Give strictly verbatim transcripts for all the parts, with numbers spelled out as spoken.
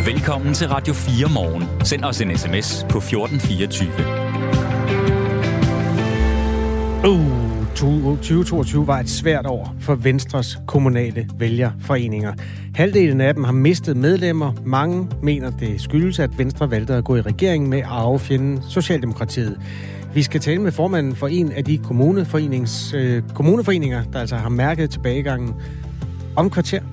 Velkommen til Radio fire Morgen. Send os en sms på fjorten fireogtyve. Uh, tyve toogtyve var et svært år for Venstres kommunale vælgerforeninger. Halvdelen af dem har mistet medlemmer. Mange mener, det skyldes, at Venstre valgte at gå i regering med arvefjenden Socialdemokratiet. Vi skal tale med formanden for en af de kommuneforenings, øh, kommuneforeninger, der altså har mærket tilbagegangen om kvarter.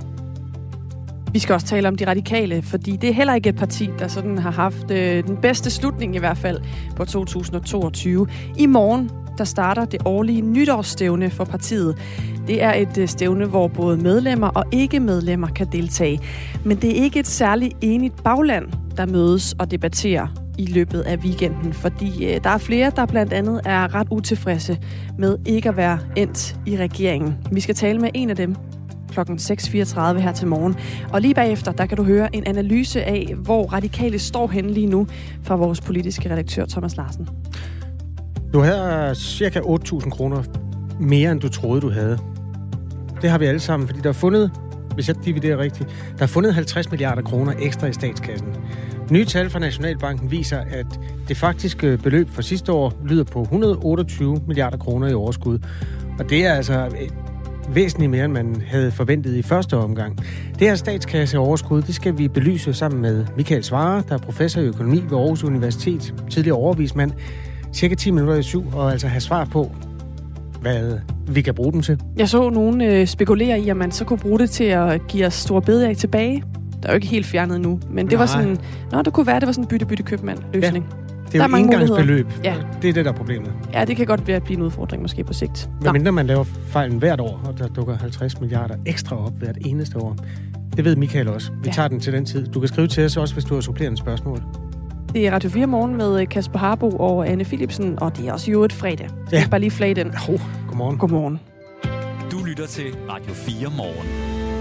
Vi skal også tale om de radikale, fordi det er heller ikke et parti, der sådan har haft øh, den bedste slutning i hvert fald på to tusind og toogtyve. I morgen, der starter det årlige nytårsstævne for partiet. Det er et øh, stævne, hvor både medlemmer og ikke-medlemmer kan deltage. Men det er ikke et særligt enigt bagland, der mødes og debatterer i løbet af weekenden, fordi øh, der er flere, der blandt andet er ret utilfredse med ikke at være endt i regeringen. Vi skal tale med en af dem klokken seks fireogtredive her til morgen. Og lige bagefter, der kan du høre en analyse af, hvor radikale står henne lige nu fra vores politiske redaktør Thomas Larsen. Du havde cirka otte tusind kroner mere, end du troede, du havde. Det har vi alle sammen, fordi der er fundet, hvis jeg dividerer rigtigt, der er fundet halvtreds milliarder kroner ekstra i statskassen. Nye tal fra Nationalbanken viser, at det faktiske beløb for sidste år lyder på et hundrede og otteogtyve milliarder kroner i overskud. Og det er altså væsentligt mere, end man havde forventet i første omgang. Det her statskasseoverskud, det skal vi belyse sammen med Michael Svarer, der er professor i økonomi ved Aarhus Universitet, tidligere overvismand, cirka ti minutter i syv, og altså have svar på, hvad vi kan bruge dem til. Jeg så nogen øh, spekulere i, at man så kunne bruge det til at give os store bededag tilbage. Der er jo ikke helt fjernet nu, men det Nej. var sådan, nå, det kunne være, det var sådan en bytte-bytte-købmand-løsning. Ja. Det er jo indgangsbeløb. Ja. Det er det, der er problemet. Ja, det kan godt være at blive en udfordring måske på sigt. Men mindre man laver fejlen hvert år, og der dukker halvtreds milliarder ekstra op hvert eneste år. Det ved Michael også. Vi ja. tager den til den tid. Du kan skrive til os også, hvis du har supplerende spørgsmål. Det er Radio fire Morgen med Kasper Harbo og Anne Philipsen, og det er også jo et fredag. Så ja. bare lige flage den. Oh, godmorgen. Godmorgen. Du lytter til Radio fire Morgen.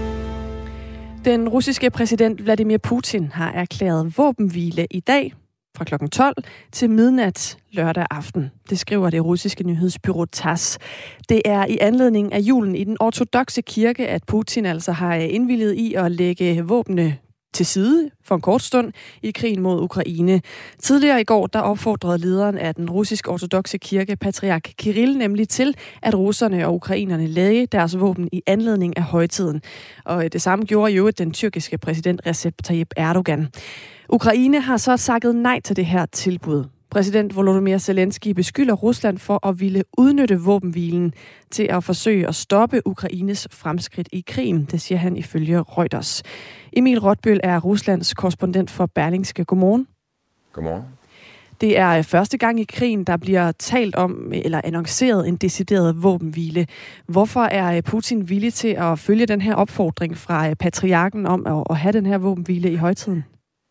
Den russiske præsident Vladimir Putin har erklæret våbenhvile i dag fra klokken tolv til midnat lørdag aften. Det skriver det russiske nyhedsbureau TASS. Det er i anledning af julen i den ortodokse kirke, at Putin altså har indvilliget i at lægge våbne til side for en kort stund i krigen mod Ukraine. Tidligere i går, der opfordrede lederen af den russisk-ortodokse kirke, patriark Kirill, nemlig til, at russerne og ukrainerne lagde deres våben i anledning af højtiden. Og det samme gjorde jo den tyrkiske præsident Recep Tayyip Erdogan. Ukraine har så sagt nej til det her tilbud. Præsident Volodymyr Zelensky beskylder Rusland for at ville udnytte våbenhvilen til at forsøge at stoppe Ukraines fremskridt i krigen, det siger han ifølge Reuters. Emil Rotbøl er Ruslands korrespondent for Berlingske. Godmorgen. Godmorgen. Det er første gang i krigen, der bliver talt om eller annonceret en decideret våbenhvile. Hvorfor er Putin villig til at følge den her opfordring fra patriarken om at have den her våbenhvile i højtiden?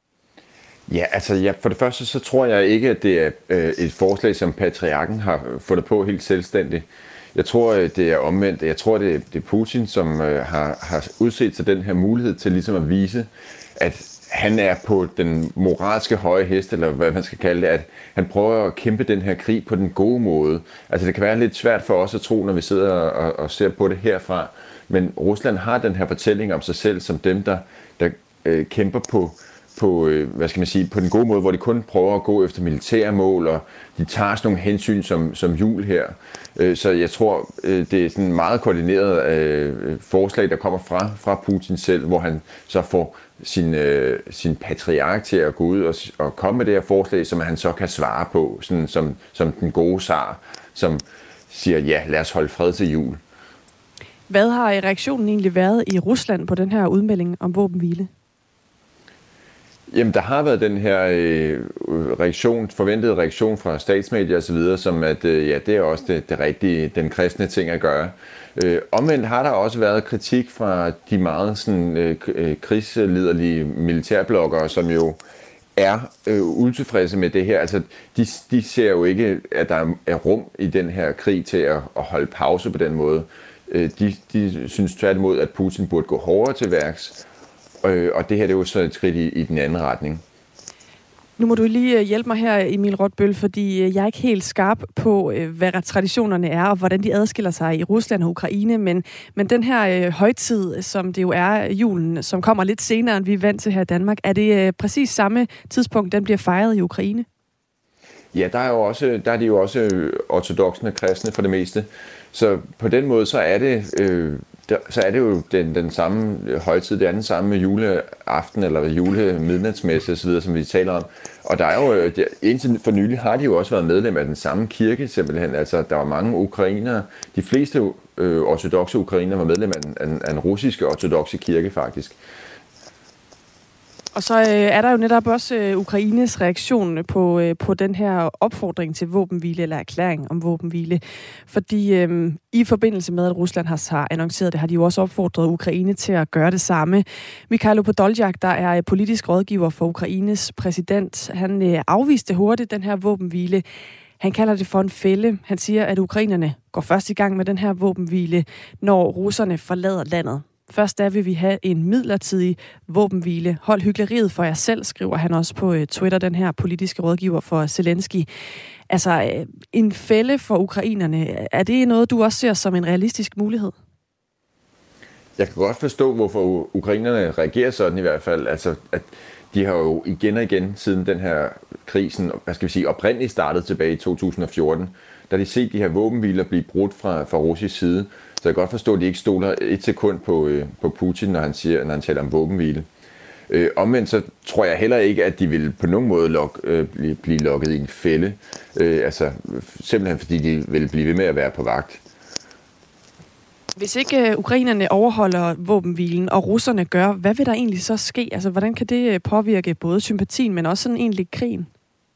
Ja, altså ja, for det første så tror jeg ikke, at det er øh, et forslag, som patriarken har fundet på helt selvstændigt. Jeg tror, det er omvendt. Jeg tror, det er, det er Putin, som øh, har, har udset sig den her mulighed til ligesom at vise, at han er på den moralske høje hest, eller hvad man skal kalde det, at han prøver at kæmpe den her krig på den gode måde. Altså det kan være lidt svært for os at tro, når vi sidder og, og ser på det herfra, men Rusland har den her fortælling om sig selv som dem, der, der øh, kæmper på på, hvad skal man sige, på den gode måde, hvor de kun prøver at gå efter militære mål, og de tager sådan nogle hensyn som, som jul her. Så jeg tror, det er sådan en meget koordineret forslag, der kommer fra, fra Putin selv, hvor han så får sin, sin patriark til at gå ud og, og komme med det her forslag, som han så kan svare på, sådan som, som den gode zar, som siger, ja, lad os holde fred til jul. Hvad har reaktionen egentlig været i Rusland på den her udmelding om våbenhvile? Jamen, der har været den her øh, reaktion, forventede reaktion fra statsmedier osv., som at øh, ja, det er også det, det rigtige, den kristne ting at gøre. Øh, omvendt har der også været kritik fra de meget sådan, øh, krigsliderlige militærbloggere, som jo er øh, utilfredse med det her. Altså, de, de ser jo ikke, at der er rum i den her krig til at, at holde pause på den måde. Øh, de, de synes tværtimod, at Putin burde gå hårdere til værks. Og det her det er jo så et skridt i, i den anden retning. Nu må du lige hjælpe mig her, Emil Rotbøl, fordi jeg er ikke helt skarp på, hvad traditionerne er, og hvordan de adskiller sig i Rusland og Ukraine, men, men den her øh, højtid, som det jo er julen, som kommer lidt senere, end vi er vant til her i Danmark, er det øh, præcis samme tidspunkt, den bliver fejret i Ukraine? Ja, der er, jo også, der er de jo også ortodoksne kristne for det meste, så på den måde, så er det... Øh, Der, så er det jo den, den samme højtid, det er den samme juleaften eller julemidnatsmesse osv., som vi taler om. Og der er jo, indtil for nylig har de jo også været medlem af den samme kirke simpelthen. Altså, der var mange ukrainere, de fleste øh, ortodokse ukrainere var medlem af den, af, den, af den russiske ortodokse kirke faktisk. Og så øh, er der jo netop også øh, Ukraines reaktion på, øh, på den her opfordring til våbenhvile, eller erklæring om våbenhvile. Fordi øh, i forbindelse med, at Rusland har, har annonceret det, har de jo også opfordret Ukraine til at gøre det samme. Mikhailo Podoljak, der er politisk rådgiver for Ukraines præsident, han øh, afviste hurtigt den her våbenhvile. Han kalder det for en fælde. Han siger, at ukrainerne går først i gang med den her våbenhvile, når russerne forlader landet. Først der vil vi have en midlertidig våbenhvile. Hold hykleriet for jer selv, skriver han også på Twitter, den her politiske rådgiver for Zelensky. Altså, en fælde for ukrainerne, er det noget, du også ser som en realistisk mulighed? Jeg kan godt forstå, hvorfor ukrainerne reagerer sådan i hvert fald. Altså, at de har jo igen og igen, siden den her krisen, hvad skal vi sige, oprindeligt startede tilbage i to tusind og fjorten, da de set de her våbenhviler blive brudt fra, fra russisk side. Så jeg kan godt forstå, at de ikke stoler et sekund på, øh, på Putin, når han, siger, når han taler om våbenhvile. Øh, omvendt så tror jeg heller ikke, at de vil på nogen måde lok, øh, blive, blive lokket i en fælde. Øh, altså simpelthen fordi de vil blive ved med at være på vagt. Hvis ikke øh, ukrainerne overholder våbenhvilen, og russerne gør, hvad vil der egentlig så ske? Altså hvordan kan det påvirke både sympatien, men også sådan egentlig krigen?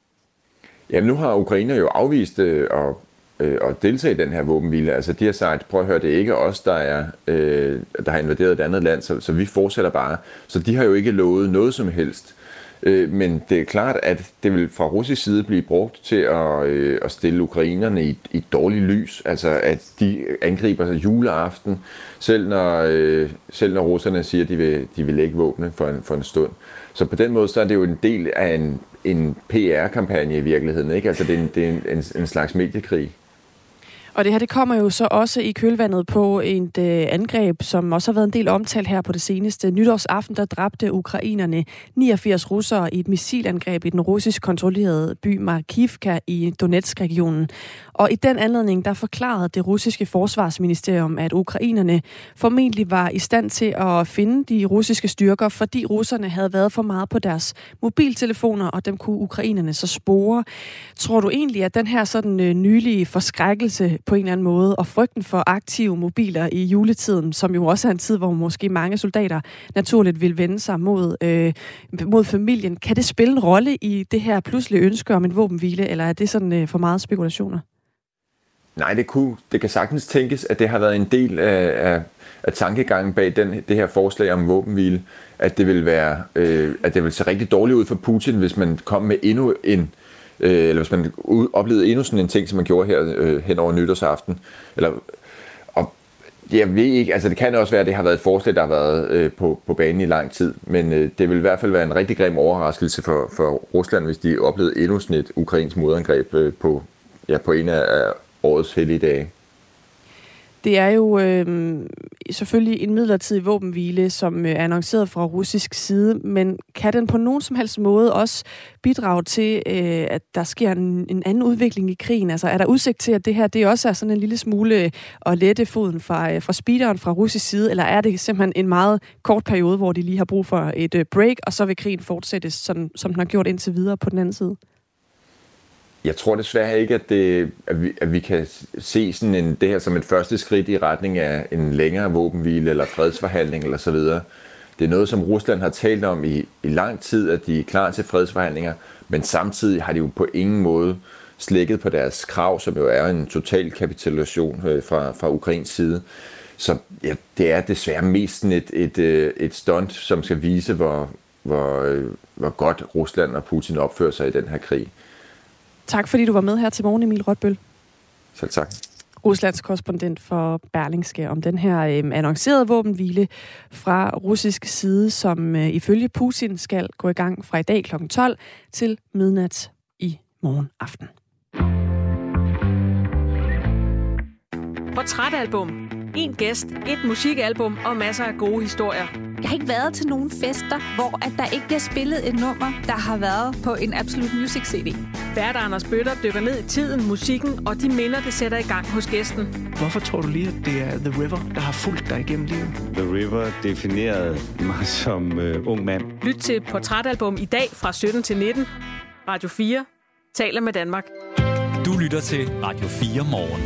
Jamen nu har Ukraine jo afvist øh, og og deltage i den her våbenhvile. Altså de har sagt, prøv at høre, det er ikke os, der, er, øh, der har invaderet et andet land, så, så vi fortsætter bare. Så de har jo ikke lovet noget som helst. Øh, men det er klart, at det vil fra russisk side blive brugt til at, øh, at stille ukrainerne i, i dårligt lys. Altså at de angriber sig juleaften, selv når, øh, selv når russerne siger, at de vil, de vil lægge våbne for en, for en stund. Så på den måde, så er det jo en del af en, en P R-kampagne i virkeligheden, ikke? Altså det er en, det er en, en, en slags mediekrig. Og det her, det kommer jo så også i kølvandet på et øh, angreb, som også har været en del omtalt her på det seneste. Nytårsaften, der dræbte ukrainerne niogfirs russere i et missilangreb i den russisk kontrollerede by Markivka i Donetsk-regionen. Og i den anledning, der forklarede det russiske forsvarsministerium, at ukrainerne formentlig var i stand til at finde de russiske styrker, fordi russerne havde været for meget på deres mobiltelefoner, og dem kunne ukrainerne så spore. Tror du egentlig, at den her sådan øh, nylige forskrækkelse på en eller anden måde, og frygten for aktive mobiler i juletiden, som jo også er en tid, hvor måske mange soldater naturligt vil vende sig mod, øh, mod familien, kan det spille en rolle i det her pludselige ønske om en våbenhvile, eller er det sådan øh, for meget spekulationer? Nej, det, kunne, det kan sagtens tænkes, at det har været en del af, af, af tankegangen bag den, det her forslag om våbenhvile, at det vil være, øh, at det vil se rigtig dårligt ud for Putin, hvis man kom med endnu en Øh, eller hvis man oplevede endnu sådan en ting, som man gjorde her øh, hen over nytårsaften. Eller, og jeg ved ikke, altså det kan også være, at det har været et forslag, der har været øh, på, på banen i lang tid, men øh, det vil i hvert fald være en rigtig grim overraskelse for, for Rusland, hvis de oplevede endnu sådan et ukrainsk modangreb øh, på, ja, på en af årets hellige dage. Det er jo øh, selvfølgelig en midlertidig våbenhvile, som er annonceret fra russisk side, men kan den på nogen som helst måde også bidrage til, øh, at der sker en, en anden udvikling i krigen? Altså er der udsigt til, at det her det også er sådan en lille smule at lette foden fra, fra speederen fra russisk side, eller er det simpelthen en meget kort periode, hvor de lige har brug for et break, og så vil krigen fortsætte, sådan, som den har gjort indtil videre på den anden side? Jeg tror desværre ikke, at, det, at, vi, at vi kan se sådan en, det her som et første skridt i retning af en længere våbenhvile eller fredsforhandling eller så videre. Det er noget, som Rusland har talt om i, i lang tid, at de er klar til fredsforhandlinger, men samtidig har de jo på ingen måde slækket på deres krav, som jo er en total kapitulation fra, fra Ukrains side. Så ja, det er desværre mest et, et, et stunt, som skal vise, hvor, hvor, hvor godt Rusland og Putin opfører sig i den her krig. Tak fordi du var med her til morgen, Emil Rotbøl. Selv tak. Ruslands korrespondent for Berlingske om den her øh, annoncerede våbenhvile fra russisk side, som øh, ifølge Putin skal gå i gang fra i dag klokken tolv til midnat i morgen aften. Portrætalbum. En gæst, et musikalbum og masser af gode historier. Jeg har ikke været til nogen fester, hvor at der ikke bliver spillet et nummer, der har været på en Absolute Music C D. Vært Anders Bøtter dykker ned i tiden, musikken og de minder, det sætter i gang hos gæsten. Hvorfor tror du lige, at det er The River, der har fulgt dig igennem livet? The River definerede mig som øh, ung mand. Lyt til Portrætalbum i dag fra sytten til nitten. Radio fire taler med Danmark. Du lytter til Radio fire morgen.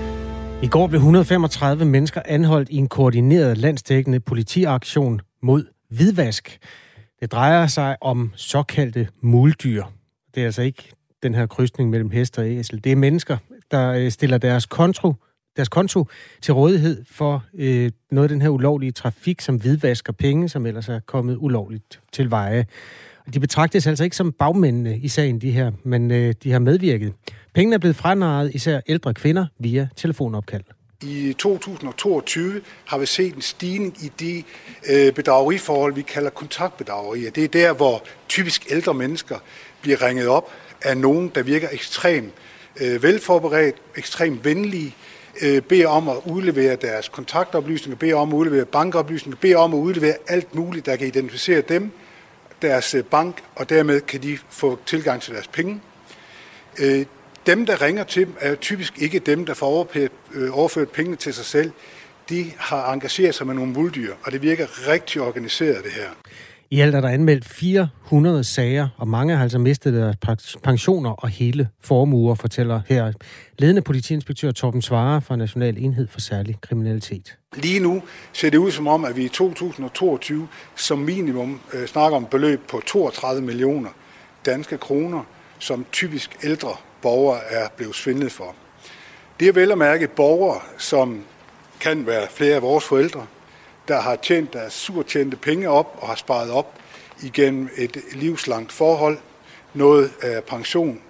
I går blev et hundrede og femogtredive mennesker anholdt i en koordineret landsdækkende politiaktion mod hvidvask. Det drejer sig om såkaldte muldyr. Det er altså ikke den her krydsning mellem hest og æsel. Det er mennesker, der stiller deres konto, deres konto til rådighed for øh, noget af den her ulovlige trafik, som hvidvasker penge, som ellers er kommet ulovligt til veje. De betragtes altså ikke som bagmændene i sagen, de her, men øh, de har medvirket. Pengene er blevet franarret især ældre kvinder via telefonopkald. I to tusind og toogtyve har vi set en stigning i de øh, bedrageriforhold, vi kalder kontaktbedragerier. Det er der, hvor typisk ældre mennesker bliver ringet op af nogen, der virker ekstremt øh, velforberedt, ekstremt venlige, øh, beder om at udlevere deres kontaktoplysninger, beder om at udlevere bankoplysninger, beder om at udlevere alt muligt, der kan identificere dem, deres bank, og dermed kan de få tilgang til deres penge. Øh, Dem, der ringer til dem, er typisk ikke dem, der får overført pengene til sig selv. De har engageret sig med nogle muldyr, og det virker rigtig organiseret, det her. I alt er der anmeldt fire hundrede sager, og mange har altså mistet deres pensioner og hele formuer, fortæller her ledende politiinspektør Torben Svare fra National Enhed for Særlig Kriminalitet. Lige nu ser det ud som om, at vi i to tusind og toogtyve som minimum øh, snakker om beløb på toogtredive millioner danske kroner, som typisk ældre borgere er blevet svindlet for. Det er vel at mærke borgere, som kan være flere af vores forældre, der har tjent deres surtjente penge op og har sparet op igennem et livslangt forhold, noget af pension.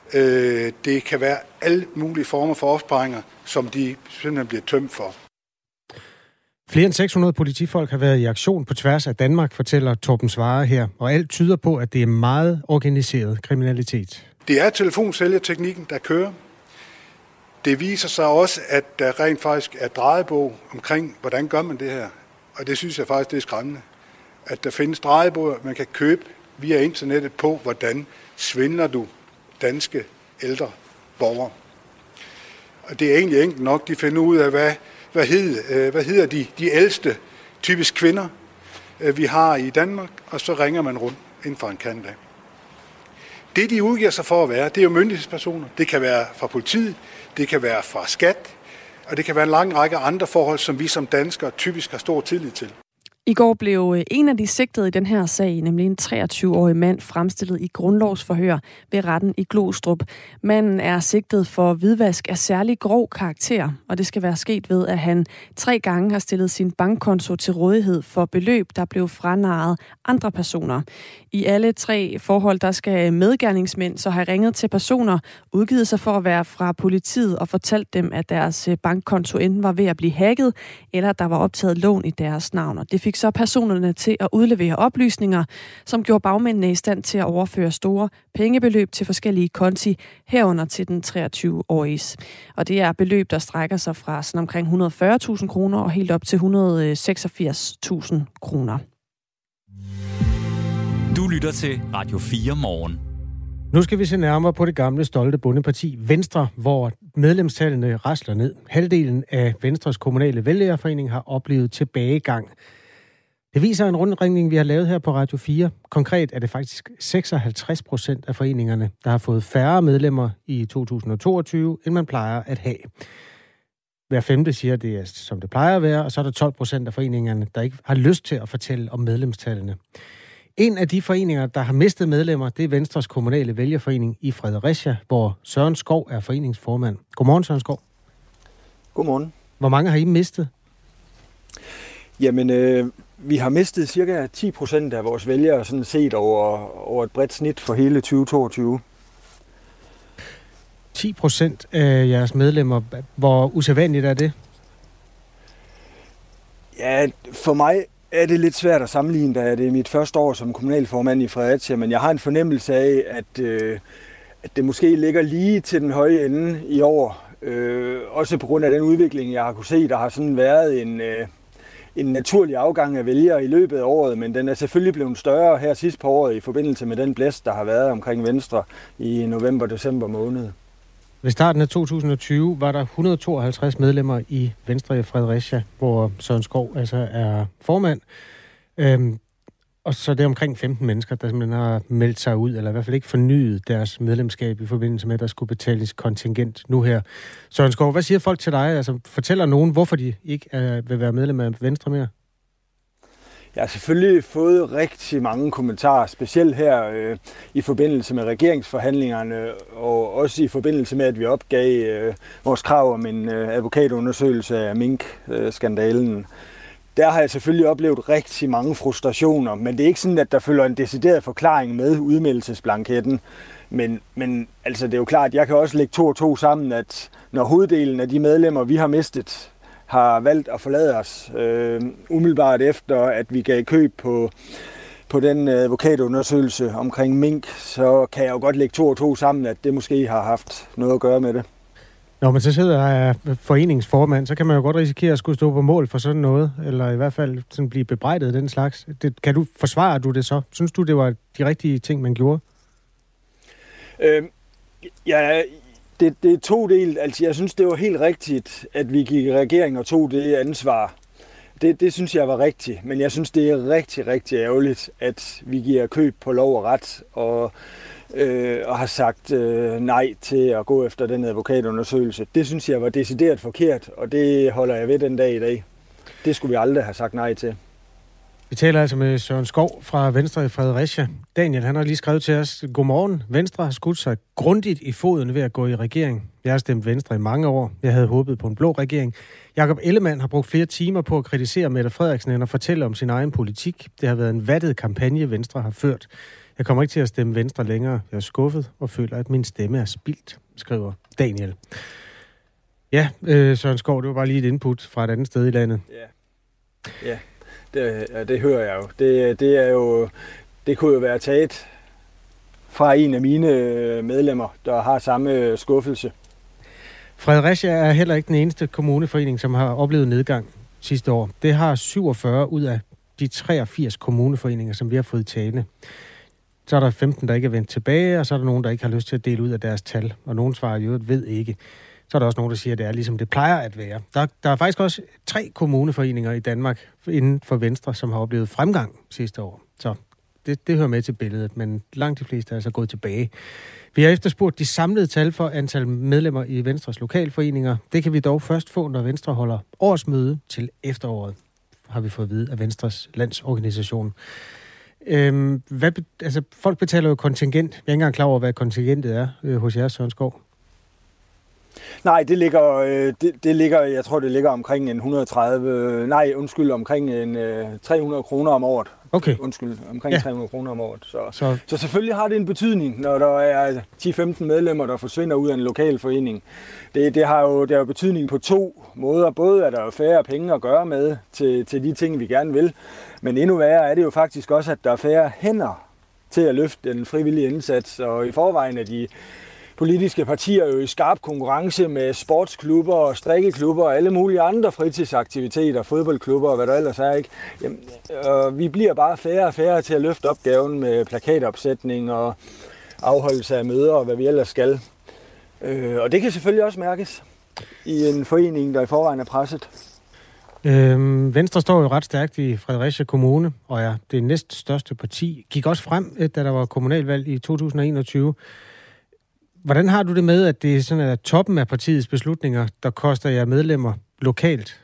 Det kan være alle mulige former for opsparinger, som de simpelthen bliver tømt for. Flere end seks hundrede politifolk har været i aktion på tværs af Danmark, fortæller Torben Svare her, og alt tyder på, at det er meget organiseret kriminalitet. Det er telefonsælgerteknikken, der kører. Det viser sig også, at der rent faktisk er drejebog omkring, hvordan gør man det her. Og det synes jeg faktisk, det er skræmmende. At der findes drejebog, man kan købe via internettet på, hvordan svindler du danske ældre borgere. Og det er egentlig enkelt nok, de finder ud af, hvad, hvad, hed, hvad hedder de, de ældste, typisk kvinder, vi har i Danmark, og så ringer man rundt inden for en kant af. Det, de udgiver sig for at være, det er jo myndighedspersoner. Det kan være fra politiet, det kan være fra skat, og det kan være en lang række andre forhold, som vi som danskere typisk har stor tillid til. I går blev en af de sigtede i den her sag, nemlig en treogtyve-årig mand, fremstillet i grundlovsforhør ved retten i Glostrup. Manden er sigtet for hvidvask af særlig grov karakter, og det skal være sket ved, at han tre gange har stillet sin bankkonto til rådighed for beløb, der blev franarret andre personer. I alle tre forhold, der skal medgerningsmænd så have ringet til personer, udgivet sig for at være fra politiet og fortalt dem, at deres bankkonto enten var ved at blive hacket, eller der var optaget lån i deres navn. Og det fik så personerne til at udlevere oplysninger, som gjorde bagmændene i stand til at overføre store pengebeløb til forskellige konti, herunder til den treogtyve-årige. Og det er beløb, der strækker sig fra sådan omkring et hundrede og fyrre tusind kroner og helt op til et hundrede og seksogfirs tusind kroner. Du lytter til Radio fire morgen. Nu skal vi se nærmere på det gamle, stolte bondeparti Venstre, hvor medlemstallene rasler ned. Halvdelen af Venstres kommunale vælgerforening har oplevet tilbagegang. Det viser en rundringning, vi har lavet her på Radio fire. Konkret er det faktisk seksoghalvtreds procent af foreningerne, der har fået færre medlemmer i to tusind og toogtyve, end man plejer at have. Hver femte siger, det er som det plejer at være, og så er der tolv procent af foreningerne, der ikke har lyst til at fortælle om medlemstallene. En af de foreninger, der har mistet medlemmer, det er Venstres kommunale vælgerforening i Fredericia, hvor Søren Skov er foreningsformand. Godmorgen, Søren Skov. Godmorgen. Hvor mange har I mistet? Jamen, øh, vi har mistet cirka ti procent af vores vælgere, sådan set over, over et bredt snit for hele tyve toogtyve. ti procent af jeres medlemmer. Hvor usædvanligt er det? Ja, for mig er det lidt svært at sammenligne, da det er mit første år som kommunalformand i Fredericia, men jeg har en fornemmelse af, at, øh, at det måske ligger lige til den høje ende i år. Øh, også på grund af den udvikling, jeg har kunne se, der har sådan været en, øh, en naturlig afgang af vælgere i løbet af året, men den er selvfølgelig blevet større her sidst på året i forbindelse med den blæst, der har været omkring Venstre i november-december måned. Ved starten af to tusind og tyve var der et hundrede og tooghalvtreds medlemmer i Venstre i Fredericia, hvor Søren Skov altså er formand. Øhm, og så det er omkring femten mennesker, der simpelthen har meldt sig ud, eller i hvert fald ikke fornyet deres medlemskab i forbindelse med, at der skulle betales kontingent nu her. Søren Skov, hvad siger folk til dig? Altså, fortæller nogen, hvorfor de ikke er, vil være medlem af Venstre mere? Jeg har selvfølgelig fået rigtig mange kommentarer, specielt her øh, i forbindelse med regeringsforhandlingerne, og også i forbindelse med, at vi opgav øh, vores krav om en øh, advokatundersøgelse af mink-skandalen. Der har jeg selvfølgelig oplevet rigtig mange frustrationer, men det er ikke sådan, at der følger en decideret forklaring med udmeldelsesblanketten. Men, men altså, det er jo klart, at jeg kan også lægge to og to sammen, at når hoveddelen af de medlemmer, vi har mistet, har valgt at forlade os øh, umiddelbart efter, at vi gav køb på, på den advokatundersøgelse omkring mink, så kan jeg jo godt lægge to og to sammen, at det måske har haft noget at gøre med det. Når man så sidder og er foreningsformand, så kan man jo godt risikere at skulle stå på mål for sådan noget, eller i hvert fald sådan blive bebrejdet af den slags. Det, kan du forsvare du det så? Synes du, det var de rigtige ting, man gjorde? Øh, ja... Det, det er to del. Altså, jeg synes, det var helt rigtigt, at vi gik i regering og tog det ansvar. Det, det synes jeg var rigtigt, men jeg synes, det er rigtig, rigtig ærgerligt, at vi giver køb på lov og ret, og, øh, og har sagt øh, nej til at gå efter den advokatundersøgelse. Det synes jeg var decideret forkert, og det holder jeg ved den dag i dag. Det skulle vi aldrig have sagt nej til. Vi taler altså med Søren Skov fra Venstre i Fredericia. Daniel, han har lige skrevet til os: Godmorgen. Venstre har skudt sig grundigt i foden ved at gå i regering. Jeg har stemt Venstre i mange år. Jeg havde håbet på en blå regering. Jakob Ellemann har brugt flere timer på at kritisere Mette Frederiksen og fortælle om sin egen politik. Det har været en vattet kampagne, Venstre har ført. Jeg kommer ikke til at stemme Venstre længere. Jeg er skuffet og føler, at min stemme er spildt, skriver Daniel. Ja, øh, Søren Skov, det var bare lige et input fra et andet sted i landet. Ja, ja. Det, ja, det hører jeg jo. Det, det er jo, det kunne jo være taget fra en af mine medlemmer, der har samme skuffelse. Fredericia er heller ikke den eneste kommuneforening, som har oplevet nedgang sidste år. Det har syvogfyrre ud af de treogfirs kommuneforeninger, som vi har fået tale. Så er der femten, der ikke er vendt tilbage, og så er der nogen, der ikke har lyst til at dele ud af deres tal. Og nogen svarer jo, ved ikke. Så er der også nogen, der siger, at det er ligesom det plejer at være. Der, der er faktisk også tre kommuneforeninger i Danmark inden for Venstre, som har oplevet fremgang sidste år. Så det, det hører med til billedet, men langt de fleste er altså gået tilbage. Vi har efterspurgt de samlede tal for antal medlemmer i Venstres lokalforeninger. Det kan vi dog først få, når Venstre holder årsmøde til efteråret, har vi fået at vide af Venstres landsorganisation. Øhm, hvad, altså, folk betaler jo kontingent. Jeg er ikke engang klar over, hvad kontingentet er øh, hos jer, Søren Skov. Nej, det ligger, det, det ligger, jeg tror, det ligger omkring en et hundrede og tredive, nej, undskyld, omkring en tre hundrede kroner om året. Okay. Undskyld, omkring ja. tre hundrede kroner om året. Så, så. så selvfølgelig har det en betydning, når der er ti til femten medlemmer, der forsvinder ud af en lokal forening. Det, det har jo det har jo betydning på to måder. Både er der jo færre penge at gøre med til, til de ting, vi gerne vil, men endnu værre er det jo faktisk også, at der er færre hænder til at løfte den frivillige indsats, og i forvejen er de politiske partier jo i skarp konkurrence med sportsklubber og strikkeklubber og alle mulige andre fritidsaktiviteter, fodboldklubber og hvad der ellers er, ikke? Jamen, øh, vi bliver bare færre og færre til at løfte opgaven med plakatopsætning og afholdelse af møder og hvad vi ellers skal. Øh, og det kan selvfølgelig også mærkes i en forening, der i forvejen er presset. Øhm, Venstre står jo ret stærkt i Fredericia Kommune, og er det næststørste parti. Gik også frem, da der var kommunalvalg i to tusind og enogtyve. Hvordan har du det med, at det er sådan, at toppen af partiets beslutninger, der koster jer medlemmer lokalt?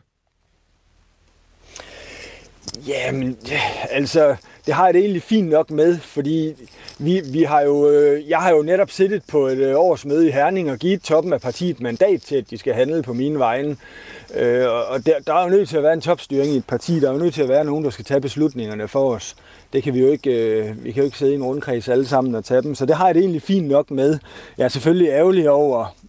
Jamen, altså, det har jeg det egentlig fint nok med, fordi vi, vi har jo, jeg har jo netop siddet på et års møde i Herning og givet toppen af partiet mandat til, at de skal handle på mine vegne. Og der, der er jo nødt til at være en topstyring i et parti, der er jo nødt til at være nogen, der skal tage beslutningerne for os. Det kan vi jo ikke, vi kan jo ikke sidde i en rundkreds alle sammen og tage dem, så det har jeg det egentlig fint nok med. Jeg er selvfølgelig ærgerlig over,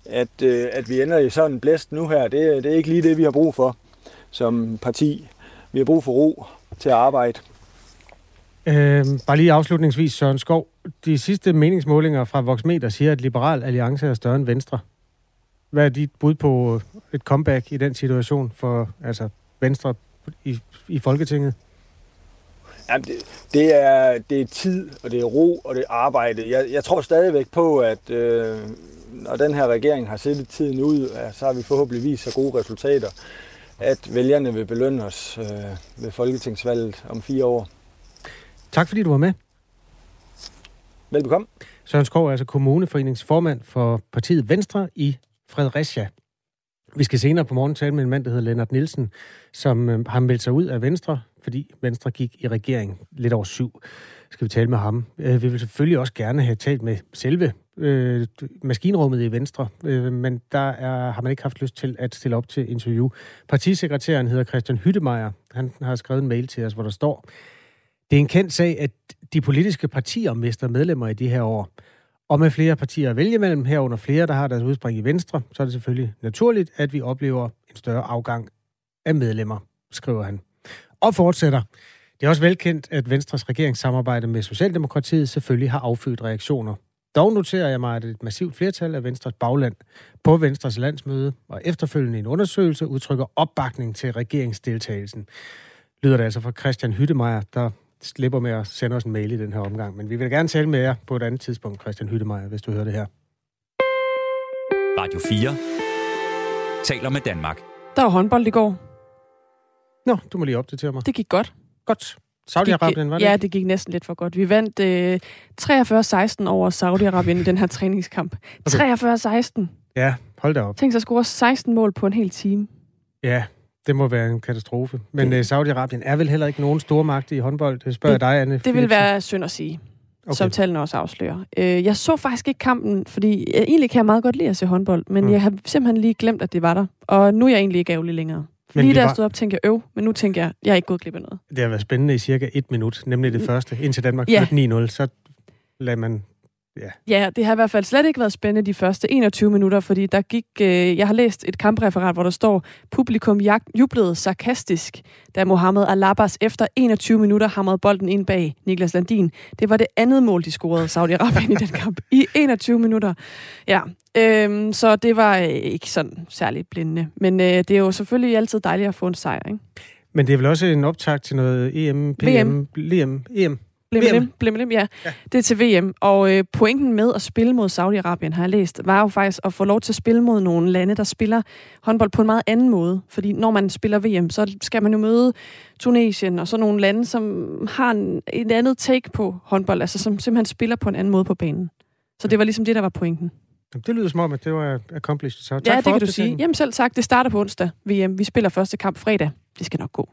at, øh, at vi ender i sådan en blæst nu her. Det, det er ikke lige det, vi har brug for som parti. Vi har brug for ro til at arbejde. Øh, bare lige afslutningsvis, Søren Skov. De sidste meningsmålinger fra Voxmeter siger, at Liberal Alliance er større end Venstre. Hvad er dit bud på et comeback i den situation for altså Venstre i, i Folketinget? Jamen, det, det, er, det er tid, og det er ro, og det er arbejde. Jeg, jeg tror stadigvæk på, at øh, når den her regering har siddet tiden ud, så har vi forhåbentlig så gode resultater, at vælgerne vil belønne os øh, ved folketingsvalget om fire år. Tak fordi du var med. Velbekomme. Søren Skov er altså kommuneforeningsformand for partiet Venstre i Fredericia. Vi skal senere på morgen tale med en mand, der hedder Lennart Nielsen, som øh, har meldt sig ud af Venstre, fordi Venstre gik i regering lidt over syv. Skal vi tale med ham. Øh, vi vil selvfølgelig også gerne have talt med selve øh, maskinrummet i Venstre, øh, men der er, har man ikke haft lyst til at stille op til interview. Partisekretæren hedder Christian Hyttemeier. Han har skrevet en mail til os, hvor der står: det er en kendt sag, at de politiske partier mister medlemmer i de her år. Og med flere partier at vælge mellem, herunder flere, der har deres udspring i Venstre, så er det selvfølgelig naturligt, at vi oplever en større afgang af medlemmer, skriver han. Og fortsætter. Det er også velkendt, at Venstres regeringssamarbejde med Socialdemokratiet selvfølgelig har affødt reaktioner. Dog noterer jeg mig, at et massivt flertal af Venstres bagland på Venstres landsmøde og efterfølgende en undersøgelse udtrykker opbakning til regeringsdeltagelsen. Lyder det altså fra Christian Hyttemeier, der slipper med at sende os en mail i den her omgang. Men vi vil gerne tale med jer på et andet tidspunkt, Christian Hyttemeier, hvis du hører det her. Radio fire taler med Danmark. Der var håndbold i går. Nå, du må lige opdatere mig. Det gik godt. Godt. Saudi-Arabien, var det? Ja, det gik næsten lidt for godt. Vi vandt øh, treogfyrre seksten over Saudi-Arabien i den her træningskamp. Okay. treogfyrre seksten. Ja, hold da op. Tænk sig at score seksten mål på en hel time. Ja, det må være en katastrofe. Men det. Saudi-Arabien er vel heller ikke nogen stormagt i håndbold? Det spørger det, dig, Anne. Det vil være synd at sige, okay. Som tallene også afslører. Øh, jeg så faktisk ikke kampen, fordi jeg, egentlig kan jeg meget godt lide at se håndbold, men mm. jeg har simpelthen lige glemt, at det var der. Og nu er jeg egentlig ikke ærgerlig længere. Men lige da jeg stod op, tænkte jeg øv, men nu tænker jeg, jeg er ikke gået glip af noget. Det har været spændende i cirka et minut, nemlig det første, indtil Danmark ja. førte ni nul, så lader man... Ja. ja, det har i hvert fald slet ikke været spændende de første enogtyve minutter, fordi der gik, øh, jeg har læst et kampreferat, hvor der står, publikum jublede sarkastisk, da Mohamed Al-Abbas efter enogtyve minutter hamrede bolden ind bag Niklas Landin. Det var det andet mål, de scorede Saudi-Arabien i den kamp. I enogtyve minutter. Ja, øh, så det var øh, ikke sådan særligt blindende. Men øh, det er jo selvfølgelig altid dejligt at få en sejr, ikke? Men det er vel også en optakt til noget E M, P M, V M, E M? Blim, blim, blim, ja. ja. Det er til V M. Og øh, pointen med at spille mod Saudi-Arabien, har jeg læst, var jo faktisk at få lov til at spille mod nogle lande, der spiller håndbold på en meget anden måde. Fordi når man spiller V M, så skal man jo møde Tunesien og så nogle lande, som har en, et andet take på håndbold, altså som simpelthen spiller på en anden måde på banen. Så det var ligesom det, der var pointen. Det lyder som om, at det var accomplished. Så tak ja, for det kan du sige. Jamen selv tak. Det starter på onsdag, V M. Vi spiller første kamp fredag. Det skal nok gå.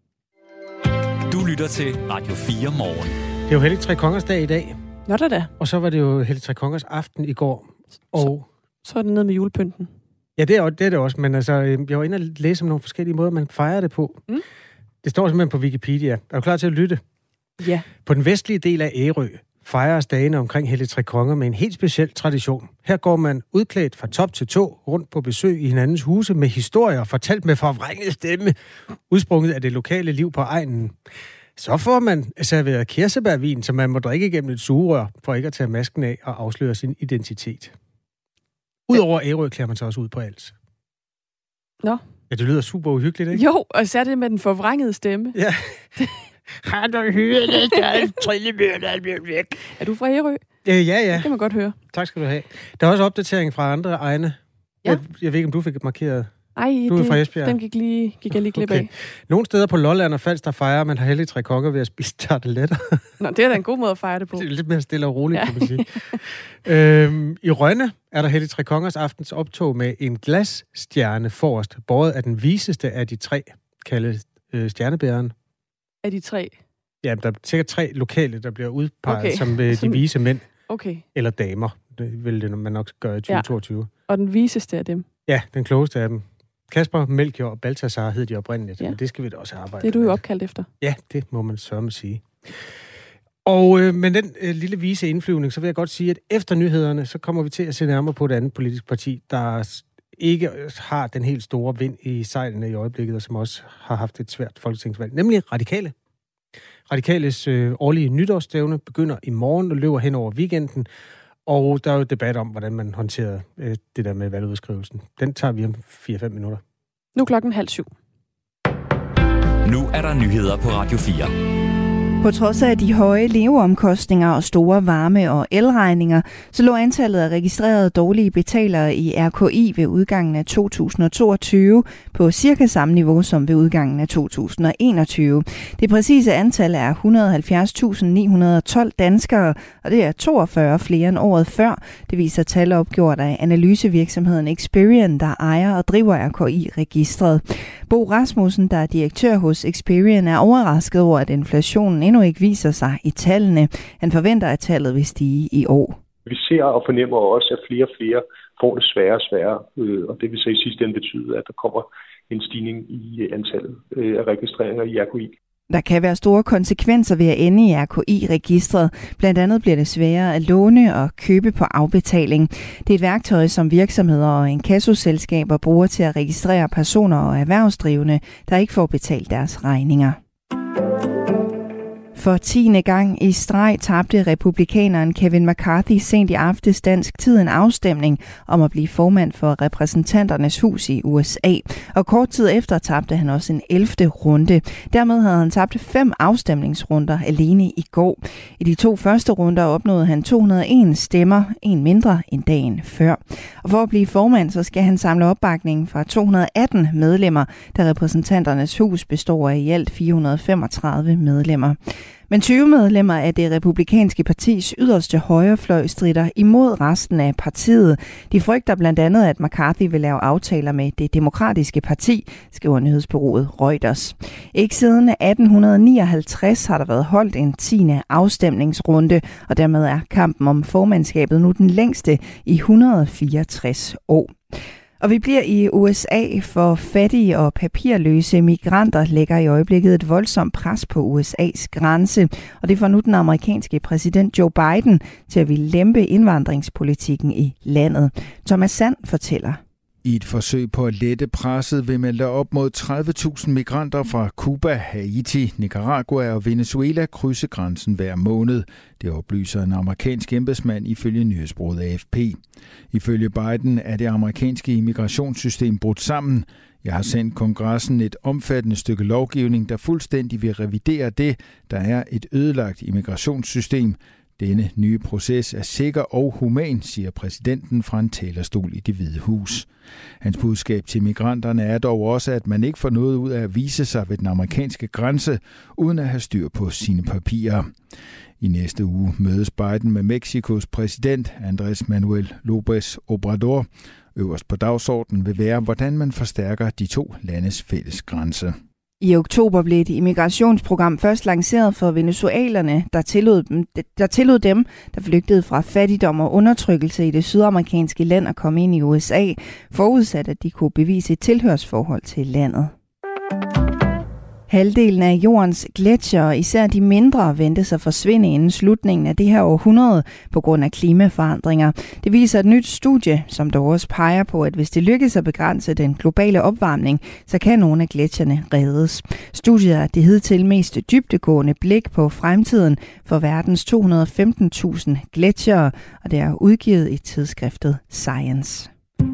Du lytter til Radio fire morgen. Det er jo Hellig Tre Kongers dag i dag. Nå da da. Og så var det jo Hellig Tre Kongers aften i går. Og så, så er det ned med julepynten. Ja, det er det, er det også. Men altså, jeg var inde og læse om nogle forskellige måder, man fejrer det på. Mm. Det står simpelthen på Wikipedia. Er du klar til at lytte? Ja. På den vestlige del af Ærø fejres dagene omkring Hellig Tre Konger med en helt speciel tradition. Her går man udklædt fra top til tå rundt på besøg i hinandens huse med historier fortalt med forvrænget stemme, udsprunget af det lokale liv på egnen. Så får man serveret kirsebærvin, som man må drikke gennem et sugerør, for ikke at tage masken af og afsløre sin identitet. Udover Ærø klæder man sig også ud på alt. Nå. Ja, det lyder super uhyggeligt, ikke? Jo, og så er det med den forvrængede stemme. Ja. Har du hørt det? Der er en trillebør, der bliver væk. Er du fra Ærø? Ja, ja, ja. Det kan man godt høre. Tak skal du have. Der er også opdatering fra andre egne. Ja. Jeg, jeg ved ikke, om du fik markeret... Ej, du er fra Esbjerg. Den gik, lige, gik jeg lige glip okay. af. Nogle steder på Lolland og Falster fejrer man Hellig Tre Konger ved at spise tarteletter. Nå, det er da en god måde at fejre det på. Det er lidt mere stille og roligt, ja. Kan man sige. øhm, I Rønne er der Hellig Tre Kongers aftens optog med en glasstjerne forrest, båret af den viseste af de tre, kaldet øh, stjernebæreren. Af de tre? Ja, der er sikkert tre lokale, der bliver udpeget okay. som øh, de vise mænd. Okay. Eller damer. Det vil det, man nok gøre i tyve toogtyve. Ja. Og den viseste af dem? Ja, den klogeste af dem. Kasper, Melchior og Balthasar hed de oprindeligt, ja. Men det skal vi da også arbejde med. Det er du jo opkaldt efter. Ja, det må man sørme sige. Og øh, med den øh, lille vise indflyvning, så vil jeg godt sige, at efter nyhederne, så kommer vi til at se nærmere på et andet politisk parti, der ikke har den helt store vind i sejlene i øjeblikket, og som også har haft et svært folketingsvalg, nemlig Radikale. Radikales øh, årlige nytårsstævne begynder i morgen og løber hen over weekenden, og der er jo debat om, hvordan man håndterer øh, det der med valgudskrivelsen. Den tager vi om fire fem minutter. Nu klokken halv syv. Nu er der nyheder på Radio fire. På trods af de høje leveomkostninger og store varme- og elregninger, så lå antallet af registrerede dårlige betalere i R K I ved udgangen af to tusind og toogtyve på cirka samme niveau som ved udgangen af to tusind og enogtyve. Det præcise antal er et hundrede og halvfjerds tusind ni hundrede og tolv danskere, og det er toogfyrre flere end året før. Det viser tal opgjort af analysevirksomheden Experian, der ejer og driver R K I-registret. Bo Rasmussen, der er direktør hos Experian, er overrasket over, at inflationen endnu ikke viser sig i tallene. Han forventer, at tallet vil stige i år. Vi ser og fornemmer også, at flere og flere får det sværere og sværere, og det vil så i sidste ende betyde, at der kommer en stigning i antallet af registreringer i R K I. Der kan være store konsekvenser ved at ende i R K I-registret. Blandt andet bliver det sværere at låne og købe på afbetaling. Det er et værktøj, som virksomheder og inkassoselskaber bruger til at registrere personer og erhvervsdrivende, der ikke får betalt deres regninger. For tiende gang i streg tabte republikaneren Kevin McCarthy sent i aftes dansk tid en afstemning om at blive formand for repræsentanternes hus i U S A. Og kort tid efter tabte han også en ellevte runde. Dermed havde han tabt fem afstemningsrunder alene i går. I de to første runder opnåede han to hundrede og en stemmer, en mindre end dagen før. Og for at blive formand, så skal han samle opbakning fra to hundrede og atten medlemmer, da repræsentanternes hus består af i alt fire hundrede og femogtredive medlemmer. Men tyve medlemmer af det republikanske partis yderste højrefløj strider imod resten af partiet. De frygter blandt andet, at McCarthy vil lave aftaler med det demokratiske parti, skriver nyhedsbureauet Reuters. Ikke siden atten nioghalvtreds har der været holdt en tiende afstemningsrunde, og dermed er kampen om formandskabet nu den længste i et hundrede og fireogtres år. Og vi bliver i U S A, for fattige og papirløse migranter lægger i øjeblikket et voldsomt pres på U S A's grænse. Og det får nu den amerikanske præsident Joe Biden til at ville lempe indvandringspolitikken i landet. Thomas Sand fortæller. I et forsøg på at lette presset vil man lade op mod tredive tusind migranter fra Cuba, Haiti, Nicaragua og Venezuela krydse grænsen hver måned. Det oplyser en amerikansk embedsmand ifølge nyhedsbureauet A F P. Ifølge Biden er det amerikanske immigrationssystem brudt sammen. Jeg har sendt kongressen et omfattende stykke lovgivning, der fuldstændig vil revidere det, der er et ødelagt immigrationssystem. Denne nye proces er sikker og human, siger præsidenten fra en talerstol i Det Hvide Hus. Hans budskab til migranterne er dog også, at man ikke får noget ud af at vise sig ved den amerikanske grænse, uden at have styr på sine papirer. I næste uge mødes Biden med Mexikos præsident Andrés Manuel López Obrador. Øverst på dagsordenen vil være, hvordan man forstærker de to landes fælles grænse. I oktober blev et immigrationsprogram først lanceret for venezuelerne, der tillod dem, der tillod dem, der flygtede fra fattigdom og undertrykkelse i det sydamerikanske land at komme ind i U S A, forudsat at de kunne bevise et tilhørsforhold til landet. Halvdelen af jordens gletsjere, især de mindre, ventes at forsvinde inden slutningen af det her århundrede på grund af klimaforandringer. Det viser et nyt studie, som dog også peger på, at hvis det lykkes at begrænse den globale opvarmning, så kan nogle af gletsjerne reddes. Studiet er det hidtil mest dybdegående blik på fremtiden for verdens to hundrede og femten tusind gletsjere, og det er udgivet i tidsskriftet Science.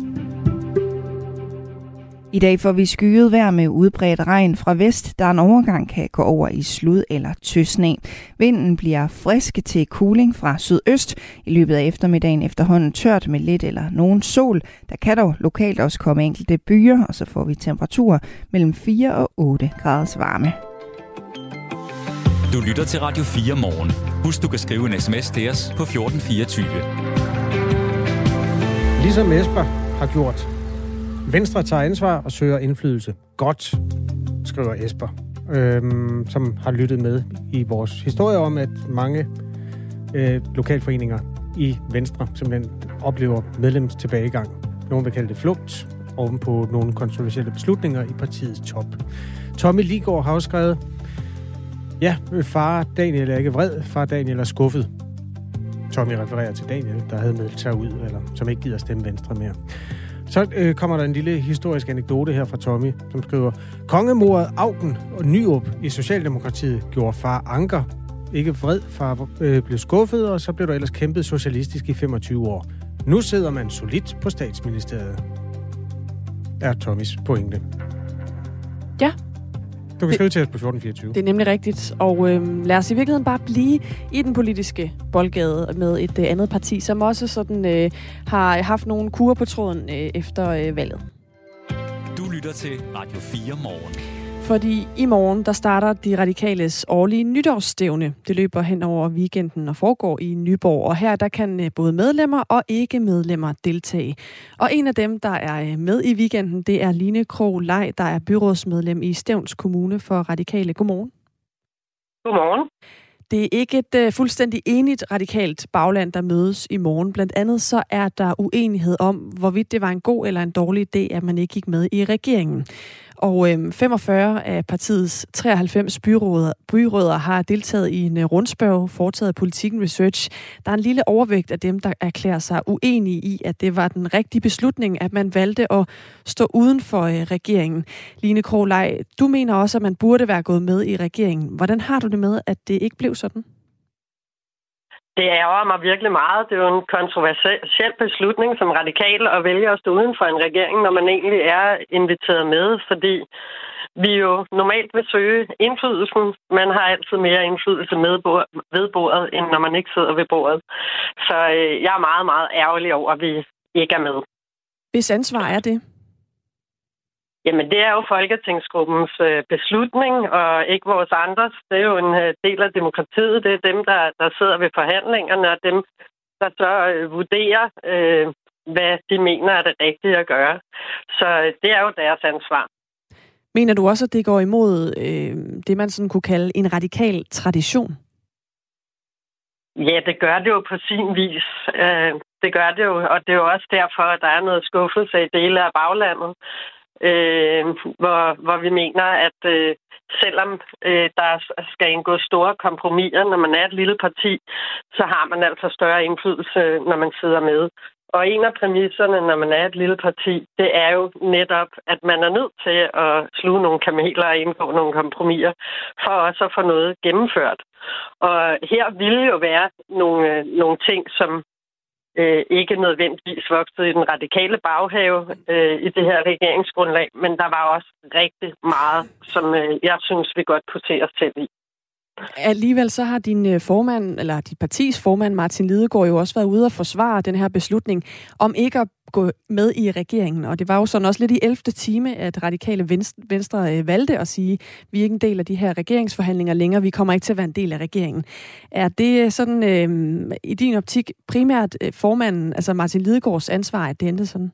I dag får vi skyet vejr med udbredt regn fra vest, der en overgang kan gå over i slud eller tøsne. Vinden bliver frisk til cooling fra sydøst. I løbet af eftermiddagen efterhånden tørt med lidt eller nogen sol. Der kan dog lokalt også komme enkelte byer, og så får vi temperaturer mellem fire og otte graders varme. Du lytter til Radio fire morgen. Husk, du kan skrive en sms til os på fjorten fireogtyve. Ligesom Esper har gjort. Venstre tager ansvar og søger indflydelse. Godt, skriver Esper, øhm, som har lyttet med i vores historie om, at mange øh, lokalforeninger i Venstre simpelthen oplever medlemstilbagegang. Nogle vil kalde det flugt, oven på nogle kontroversielle beslutninger i partiets top. Tommy Liggaard har også skrevet: Ja, far Daniel er ikke vred. Far Daniel er skuffet. Tommy refererer til Daniel, der havde meldt sig ud, eller som ikke gider stemme Venstre mere. Så øh, kommer der en lille historisk anekdote her fra Tommy, som skriver: Kongemordet Auken og Nyrup i Socialdemokratiet gjorde far Anker ikke vred. Far øh, blev skuffet, og så blev der ellers kæmpet socialistisk i femogtyve år. Nu sidder man solidt på Statsministeriet. Er Tommys pointe. Ja. Du kan skrive til os på fjorten fireogtyve. Det er nemlig rigtigt. Og øh, lad os i virkeligheden bare blive i den politiske boldgade med et øh, andet parti, som også sådan øh, har haft nogle kurer på tråden øh, efter øh, valget. Du lytter til Radio fire Morgen. Fordi i morgen, der starter De Radikales årlige nytårsstævne. Det løber hen over weekenden og foregår i Nyborg. Og her, der kan både medlemmer og ikke-medlemmer deltage. Og en af dem, der er med i weekenden, det er Line Krogh Lej, der er byrådsmedlem i Stevns Kommune for Radikale. Godmorgen. Godmorgen. Det er ikke et uh, fuldstændig enigt radikalt bagland, der mødes i morgen. Blandt andet så er der uenighed om, hvorvidt det var en god eller en dårlig idé, at man ikke gik med i regeringen. Og øhm, femogfyrre af partiets treoghalvfems byråder, byråder har deltaget i en uh, rundspørg foretaget af Politiken Research. Der er en lille overvægt af dem, der erklærer sig uenige i, at det var den rigtige beslutning, at man valgte at stå uden for uh, regeringen. Line Krogh Lej, du mener også, at man burde være gået med i regeringen. Hvordan har du det med, at det ikke blev sådan? Det ærger mig virkelig meget. Det er jo en kontroversiel beslutning som radikal at vælge at stå uden for en regering, når man egentlig er inviteret med, fordi vi jo normalt vil søge indflydelsen. Man har altid mere indflydelse med ved bordet, end når man ikke sidder ved bordet. Så øh, jeg er meget, meget ærgerlig over, at vi ikke er med. Hvis ansvar er det? Jamen, det er jo Folketingsgruppens øh, beslutning, og ikke vores andres. Det er jo en øh, del af demokratiet. Det er dem, der, der sidder ved forhandlingerne, og dem, der så øh, vurderer, øh, hvad de mener er det rigtige at gøre. Så øh, det er jo deres ansvar. Mener du også, at det går imod øh, det, man sådan kunne kalde en radikal tradition? Ja, det gør det jo på sin vis. Øh, det gør det jo, og det er jo også derfor, at der er noget skuffelse i dele af baglandet. Øh, hvor, hvor vi mener, at øh, selvom øh, der skal indgå store kompromiser, når man er et lille parti, så har man altså større indflydelse, når man sidder med. Og en af præmisserne, når man er et lille parti, det er jo netop, at man er nødt til at sluge nogle kameler og indgå nogle kompromiser, for også at få noget gennemført. Og her ville jo være nogle, nogle ting, som Øh, ikke nødvendigvis vokset i den radikale baghave øh, i det her regeringsgrundlag, men der var også rigtig meget, som øh, jeg synes, vi godt kunne se os selv i. Alligevel så har din formand, eller dit partis formand, Martin Lidegaard, jo også været ude og forsvare den her beslutning om ikke at gå med i regeringen. Og det var jo sådan også lidt i ellevte time, at Radikale Venstre valgte at sige, vi er ikke en del af de her regeringsforhandlinger længere, vi kommer ikke til at være en del af regeringen. Er det sådan øh, i din optik primært formanden, altså Martin Lidegaards ansvar, at det endte sådan?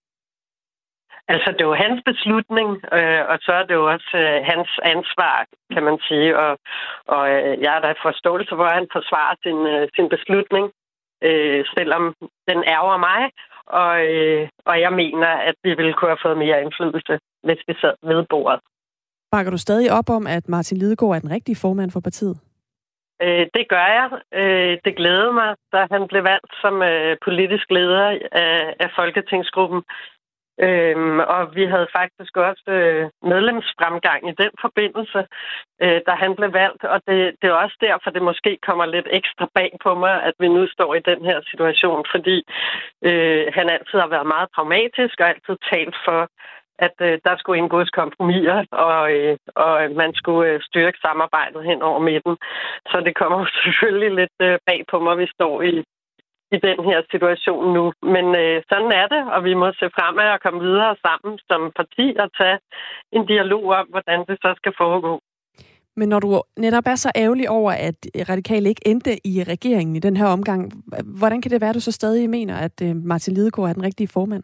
Altså, det er jo hans beslutning, øh, og så er det jo også øh, hans ansvar, kan man sige. Og, og øh, jeg er der forståelse for, at han forsvarer sin, øh, sin beslutning, øh, selvom den ærger mig. Og, øh, og jeg mener, at vi ville kunne have fået mere indflydelse, hvis vi sad ved bordet. Bakker du stadig op om, at Martin Lidegaard er den rigtige formand for partiet? Øh, det gør jeg. Øh, det glæder mig, da han blev valgt som øh, politisk leder af, af Folketingsgruppen. Øhm, og vi havde faktisk også øh, medlemsfremgang i den forbindelse, øh, da han blev valgt. Og det, det er også derfor, det måske kommer lidt ekstra bag på mig, at vi nu står i den her situation. Fordi øh, han altid har været meget pragmatisk og altid talt for, at øh, der skulle indgås kompromiser, og, øh, og man skulle øh, styrke samarbejdet hen over midten. Så det kommer selvfølgelig lidt øh, bag på mig, at vi står i i den her situation nu. Men øh, sådan er det, og vi må se fremad og komme videre sammen som parti og tage en dialog om, hvordan det så skal foregå. Men når du netop er så ærgerlig over, at Radikale ikke endte i regeringen i den her omgang, hvordan kan det være, at du så stadig mener, at øh, Martin Lidegaard er den rigtige formand?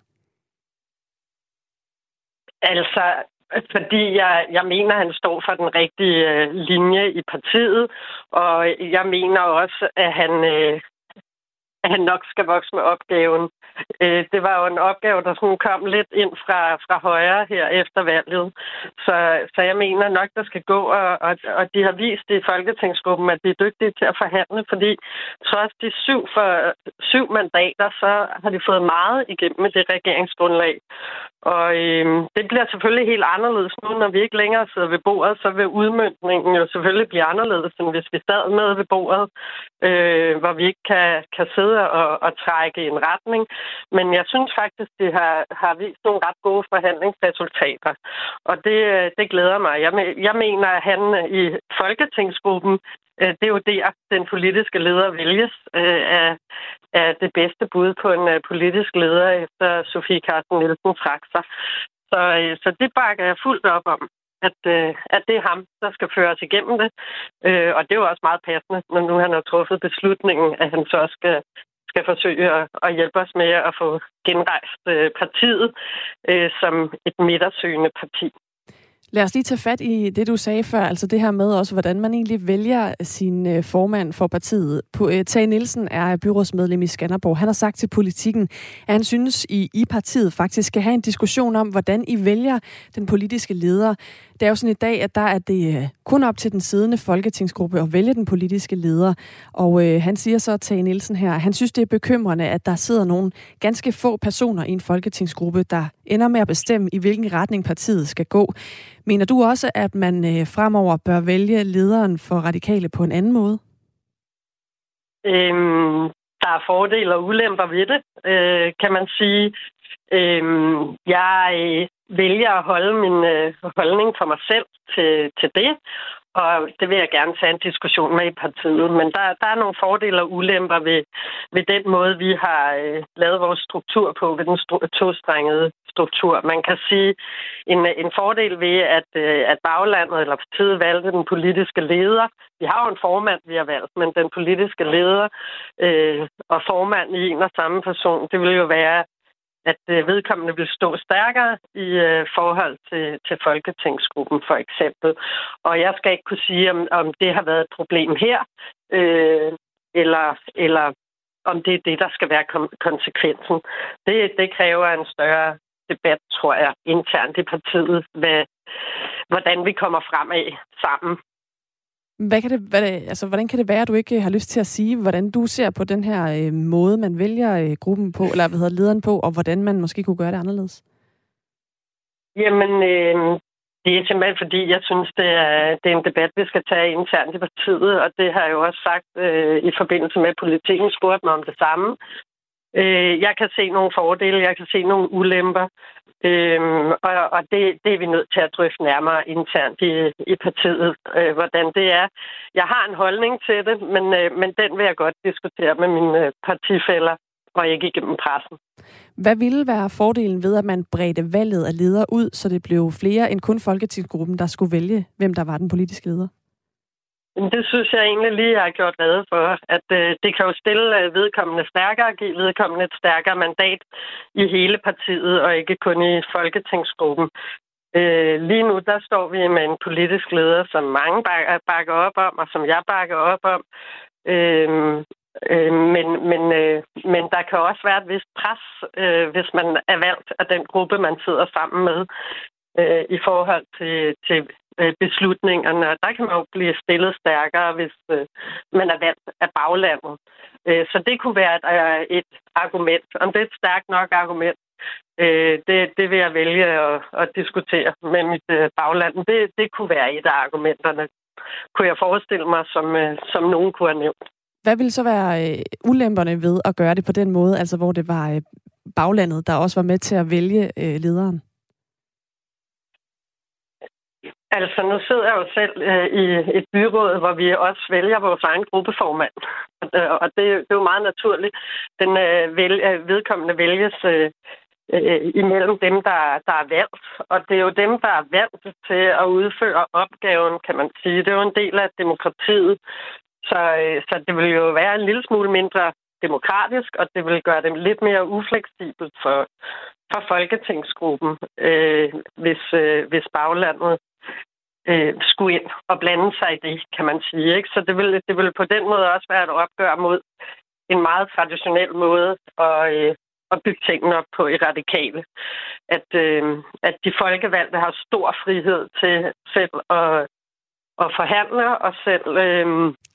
Altså, fordi jeg, jeg mener, at han står for den rigtige øh, linje i partiet, og jeg mener også, at han... Øh, at han nok skal vokse med opgaven. Øh, det var jo en opgave, der sådan kom lidt ind fra, fra højre her efter valget. Så, så jeg mener nok, der skal gå, og, og, og de har vist i Folketingsgruppen, at de er dygtige til at forhandle, fordi trods de syv, for, syv mandater, så har de fået meget igennem med det regeringsgrundlag. Og øh, det bliver selvfølgelig helt anderledes nu, når vi ikke længere sidder ved bordet, så vil udmøntningen jo selvfølgelig blive anderledes, end hvis vi sad med ved bordet, øh, hvor vi ikke kan, kan sidde og, og trække i en retning. Men jeg synes faktisk, de har, har vist nogle ret gode forhandlingsresultater, og det, det glæder mig. Jeg, jeg mener, at han i Folketingsgruppen, det er jo der, den politiske leder vælges, af, af det bedste bud på en politisk leder, efter Sofie Carsten Nielsen trak sig. Så, så det bakker jeg fuldt op om, at, at det er ham, der skal føre os igennem det. Og det er jo også meget passende, når nu han har truffet beslutningen, at han så skal, skal forsøge at, at hjælpe os med at få genrejst partiet som et midtersøgende parti. Lad os lige tage fat i det, du sagde før, altså det her med også, hvordan man egentlig vælger sin formand for partiet. Tage Nielsen er byrådsmedlem i Skanderborg. Han har sagt til Politikken, at han synes, I, I partiet faktisk skal have en diskussion om, hvordan I vælger den politiske leder. Det er jo sådan i dag, at der er det kun op til den siddende folketingsgruppe at vælge den politiske leder. Og øh, han siger så, Tage Nielsen her, han synes, det er bekymrende, at der sidder nogle ganske få personer i en folketingsgruppe, der ender med at bestemme, i hvilken retning partiet skal gå. Mener du også, at man øh, fremover bør vælge lederen for Radikale på en anden måde? Øhm, der er fordele og ulemper ved det, øh, kan man sige. Øhm, jeg vælger at holde min øh, holdning for mig selv til, til det, og det vil jeg gerne tage en diskussion med i partiet. Men der, der er nogle fordele og ulemper ved, ved den måde, vi har øh, lavet vores struktur på, ved den stru- tostrengede struktur. Man kan sige, en, en fordel ved, at, øh, at baglandet eller partiet valgte den politiske leder. Vi har jo en formand, vi har valgt, men den politiske leder øh, og formand i en og samme person, det vil jo være, at vedkommende vil stå stærkere i øh, forhold til, til Folketingsgruppen, for eksempel. Og jeg skal ikke kunne sige, om, om det har været et problem her, øh, eller, eller om det er det, der skal være kom- konsekvensen. Det, det kræver en større debat, tror jeg, internt i partiet, hvad, hvordan vi kommer fremad sammen. Hvad kan det, hvad, altså, hvordan kan det være, at du ikke har lyst til at sige, hvordan du ser på den her øh, måde, man vælger øh, gruppen på, eller hvad hedder lederen på, og hvordan man måske kunne gøre det anderledes? Jamen, øh, det er simpelthen fordi, jeg synes, det er, det er en debat, vi skal tage internt i partiet, og det har jeg jo også sagt øh, i forbindelse med Politikken, spurgt mig om det samme. Øh, jeg kan se nogle fordele, jeg kan se nogle ulemper. Øhm, og og det, det er vi nødt til at drøfte nærmere internt i, i partiet, øh, hvordan det er. Jeg har en holdning til det, men, øh, men den vil jeg godt diskutere med mine partifæller, og ikke igennem pressen. Hvad ville være fordelen ved, at man bredte valget af ledere ud, så det blev flere end kun Folketingsgruppen, der skulle vælge, hvem der var den politiske leder? Det synes jeg egentlig lige, jeg har gjort rede for, at øh, det kan jo stille vedkommende stærkere, give vedkommende et stærkere mandat i hele partiet, og ikke kun i Folketingsgruppen. Øh, lige nu, der står vi med en politisk leder, som mange bakker op om, og som jeg bakker op om. Øh, øh, men, men, øh, men der kan også være et vist pres, øh, hvis man er valgt af den gruppe, man sidder sammen med, øh, i forhold til... til beslutningerne. Der kan man jo blive stillet stærkere, hvis øh, man er valgt af baglandet. Øh, så det kunne være et, øh, et argument. Om det er et stærkt nok argument, øh, det, det vil jeg vælge at, at diskutere med mit øh, bagland. Det, det kunne være et af argumenterne, kunne jeg forestille mig, som, øh, som nogen kunne have nævnt. Hvad ville så være øh, ulemperne ved at gøre det på den måde, altså hvor det var øh, baglandet, der også var med til at vælge øh, lederen? Altså, nu sidder jeg jo selv øh, i et byråd, hvor vi også vælger vores egen gruppeformand. Og det, det er jo meget naturligt. Den øh, vel, øh, vedkommende vælges øh, øh, imellem dem, der, der er valgt. Og det er jo dem, der er valgt til at udføre opgaven, kan man sige. Det er jo en del af demokratiet. Så, øh, så det vil jo være en lille smule mindre demokratisk, og det vil gøre dem lidt mere ufleksibelt for, for Folketingsgruppen, øh, hvis, øh, hvis baglandet øh, skulle ind og blande sig i det, kan man sige. Ikke? Så det vil, det vil på den måde også være et opgør mod en meget traditionel måde at, øh, at bygge tingene op på i Radikale. At, øh, at de folkevalgte har stor frihed til selv at, at forhandle og selv øh,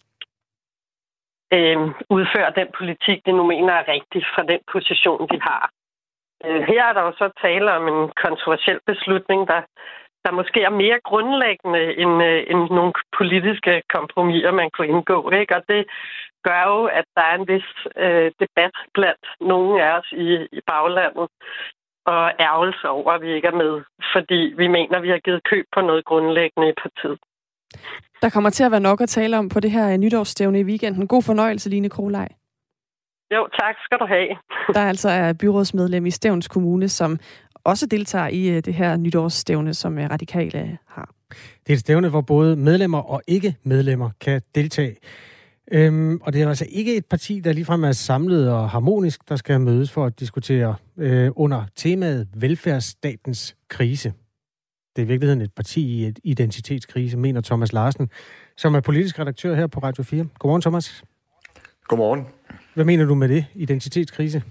øh, udføre den politik, de nu mener er rigtig fra den position, de har. Øh, her er der jo så tale om en kontroversiel beslutning, der der måske er mere grundlæggende end, øh, end nogle politiske kompromiser, man kunne indgå. Ikke? Og det gør jo, at der er en vis øh, debat blandt nogle af os i, i baglandet, og ærgelse over, at vi ikke er med, fordi vi mener, at vi har givet køb på noget grundlæggende i partiet. Der kommer til at være nok at tale om på det her nytårsstævne i weekenden. God fornøjelse, Line Krolej. Jo, tak skal du have. Der altså er byrådsmedlem i Stevns Kommune, som også deltager i det her nytårsstævne, som Radikale har. Det er et stævne, hvor både medlemmer og ikke-medlemmer kan deltage. Øhm, og det er altså ikke et parti, der ligefrem er samlet og harmonisk, der skal mødes for at diskutere øh, under temaet velfærdsstatens krise. Det er i virkeligheden et parti i et identitetskrise, mener Thomas Larsen, som er politisk redaktør her på Radio fire. Godmorgen, Thomas. Godmorgen. Hvad mener du med det, identitetskrise?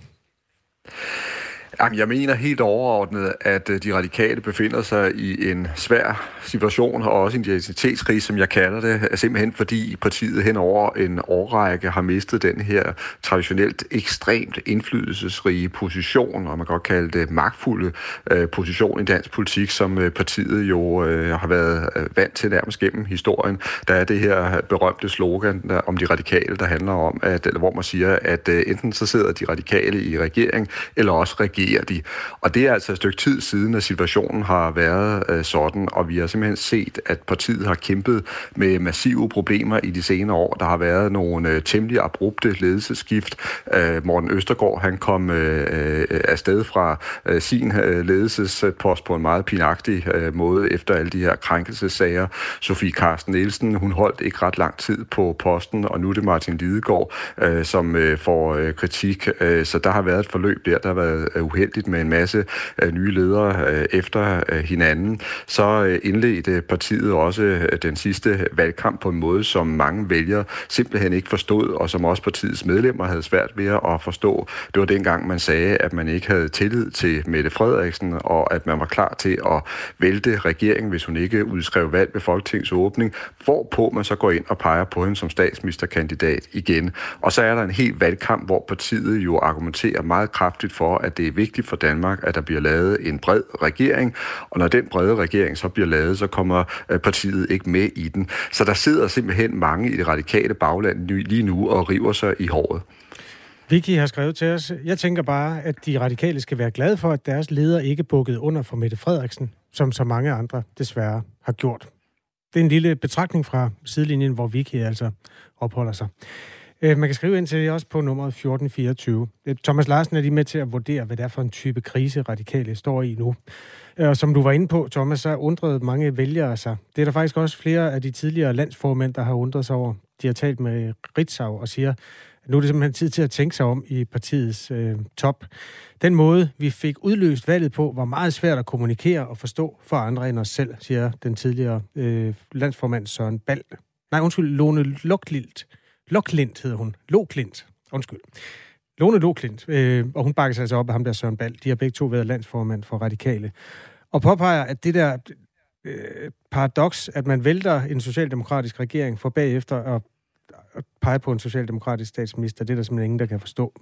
Jamen, jeg mener helt overordnet, at de radikale befinder sig i en svær situation, og også en identitetskrise, som jeg kalder det, simpelthen fordi partiet hen over en årrække har mistet den her traditionelt ekstremt indflydelsesrige position, og man kan godt kalde det magtfulde øh, position i dansk politik, som øh, partiet jo øh, har været øh, vant til nærmest gennem historien. Der er det her berømte slogan der, om de radikale, der handler om, at, eller hvor man siger, at øh, enten så sidder de radikale i regering, eller også regering. De. Og det er altså et stykke tid siden, at situationen har været øh, sådan, og vi har simpelthen set, at partiet har kæmpet med massive problemer i de senere år. Der har været nogle øh, temmelig abrupte ledelsesskift. Øh, Morten Østergaard, han kom øh, øh, afsted fra øh, sin øh, ledelsespost på en meget pinagtig øh, måde efter alle de her krænkelsessager. Sofie Carsten Nielsen, hun holdt ikke ret lang tid på posten, og nu er det Martin Lidegaard, øh, som øh, får øh, kritik. Øh, så der har været et forløb der, der har været øh, uheldigt med en masse øh, nye ledere øh, efter øh, hinanden, så øh, indledte partiet også øh, den sidste valgkamp på en måde, som mange vælgere simpelthen ikke forstod, og som også partiets medlemmer havde svært ved at forstå. Det var dengang, man sagde, at man ikke havde tillid til Mette Frederiksen, og at man var klar til at vælte regeringen, hvis hun ikke udskrev valg ved Folketingets åbning, hvorpå man så går ind og peger på hende som statsministerkandidat igen. Og så er der en helt valgkamp, hvor partiet jo argumenterer meget kraftigt for, at det er vigtigt for Danmark, at der bliver lavet en bred regering, og når den brede regering så bliver lavet, så kommer partiet ikke med i den. Så der sidder simpelthen mange i det radikale bagland lige nu og river sig i håret. Vicky har skrevet til os, jeg tænker bare, at de radikale skal være glade for, at deres leder ikke bukkede under for Mette Frederiksen, som så mange andre desværre har gjort. Det er en lille betragtning fra sidelinjen, hvor Vicky altså opholder sig. Man kan skrive ind til os på nummeret fjorten fireogtyve. Thomas Larsen er lige med til at vurdere, hvad det er for en type krise, radikale står i nu. Og som du var inde på, Thomas, så undrede mange vælgere sig. Det er der faktisk også flere af de tidligere landsformænd, der har undret sig over. De har talt med Ritzau og siger, at nu er det simpelthen tid til at tænke sig om i partiets øh, top. Den måde, vi fik udløst valget på, var meget svært at kommunikere og forstå for andre end os selv, siger den tidligere øh, landsformand Søren Bald. Nej, undskyld, Lone Loklilt. Loklint hedder hun. Loklint. Undskyld. Lone Loklint. Øh, og hun bakker sig altså op af ham der Søren Bald. De har begge to været landsformand for Radikale. Og påpeger, at det der øh, paradoks, at man vælter en socialdemokratisk regering for bagefter at, at pege på en socialdemokratisk statsminister, det er der simpelthen ingen, der kan forstå.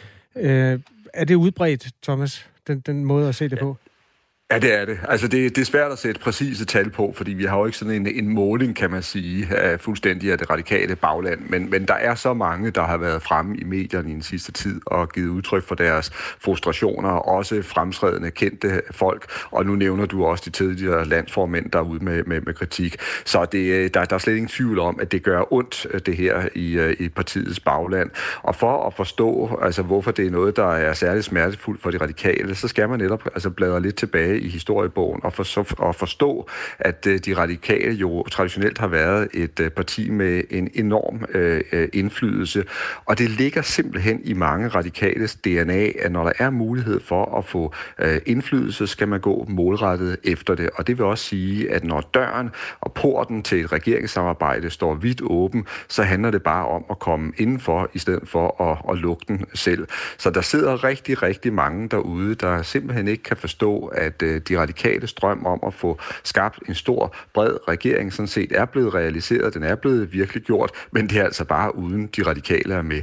Øh, er det udbredt, Thomas, den, den måde at se det på? Ja, det er det. Altså, det, det er svært at sætte præcise tal på, fordi vi har jo ikke sådan en, en måling, kan man sige, af fuldstændig af det radikale bagland. Men, men der er så mange, der har været fremme i medierne i den sidste tid og givet udtryk for deres frustrationer, også fremtrædende kendte folk. Og nu nævner du også de tidligere landsformænd, der er ude med, med, med kritik. Så det, der, der er slet ingen tvivl om, at det gør ondt, det her i, i partiets bagland. Og for at forstå, altså, hvorfor det er noget, der er særligt smertefuldt for de radikale, så skal man netop altså, bladre lidt tilbage i historiebogen og, for, og forstå, at øh, de radikale jo traditionelt har været et øh, parti med en enorm øh, indflydelse. Og det ligger simpelthen i mange radikales D N A, at når der er mulighed for at få øh, indflydelse, skal man gå målrettet efter det. Og det vil også sige, at når døren og porten til et regeringssamarbejde står vidt åben, så handler det bare om at komme indenfor, i stedet for at, at lukke den selv. Så der sidder rigtig, rigtig mange derude, der simpelthen ikke kan forstå, at øh, de radikales drøm om at få skabt en stor, bred regering sådan set er blevet realiseret. Den er blevet virkelig gjort, men det er altså bare uden de radikale er med.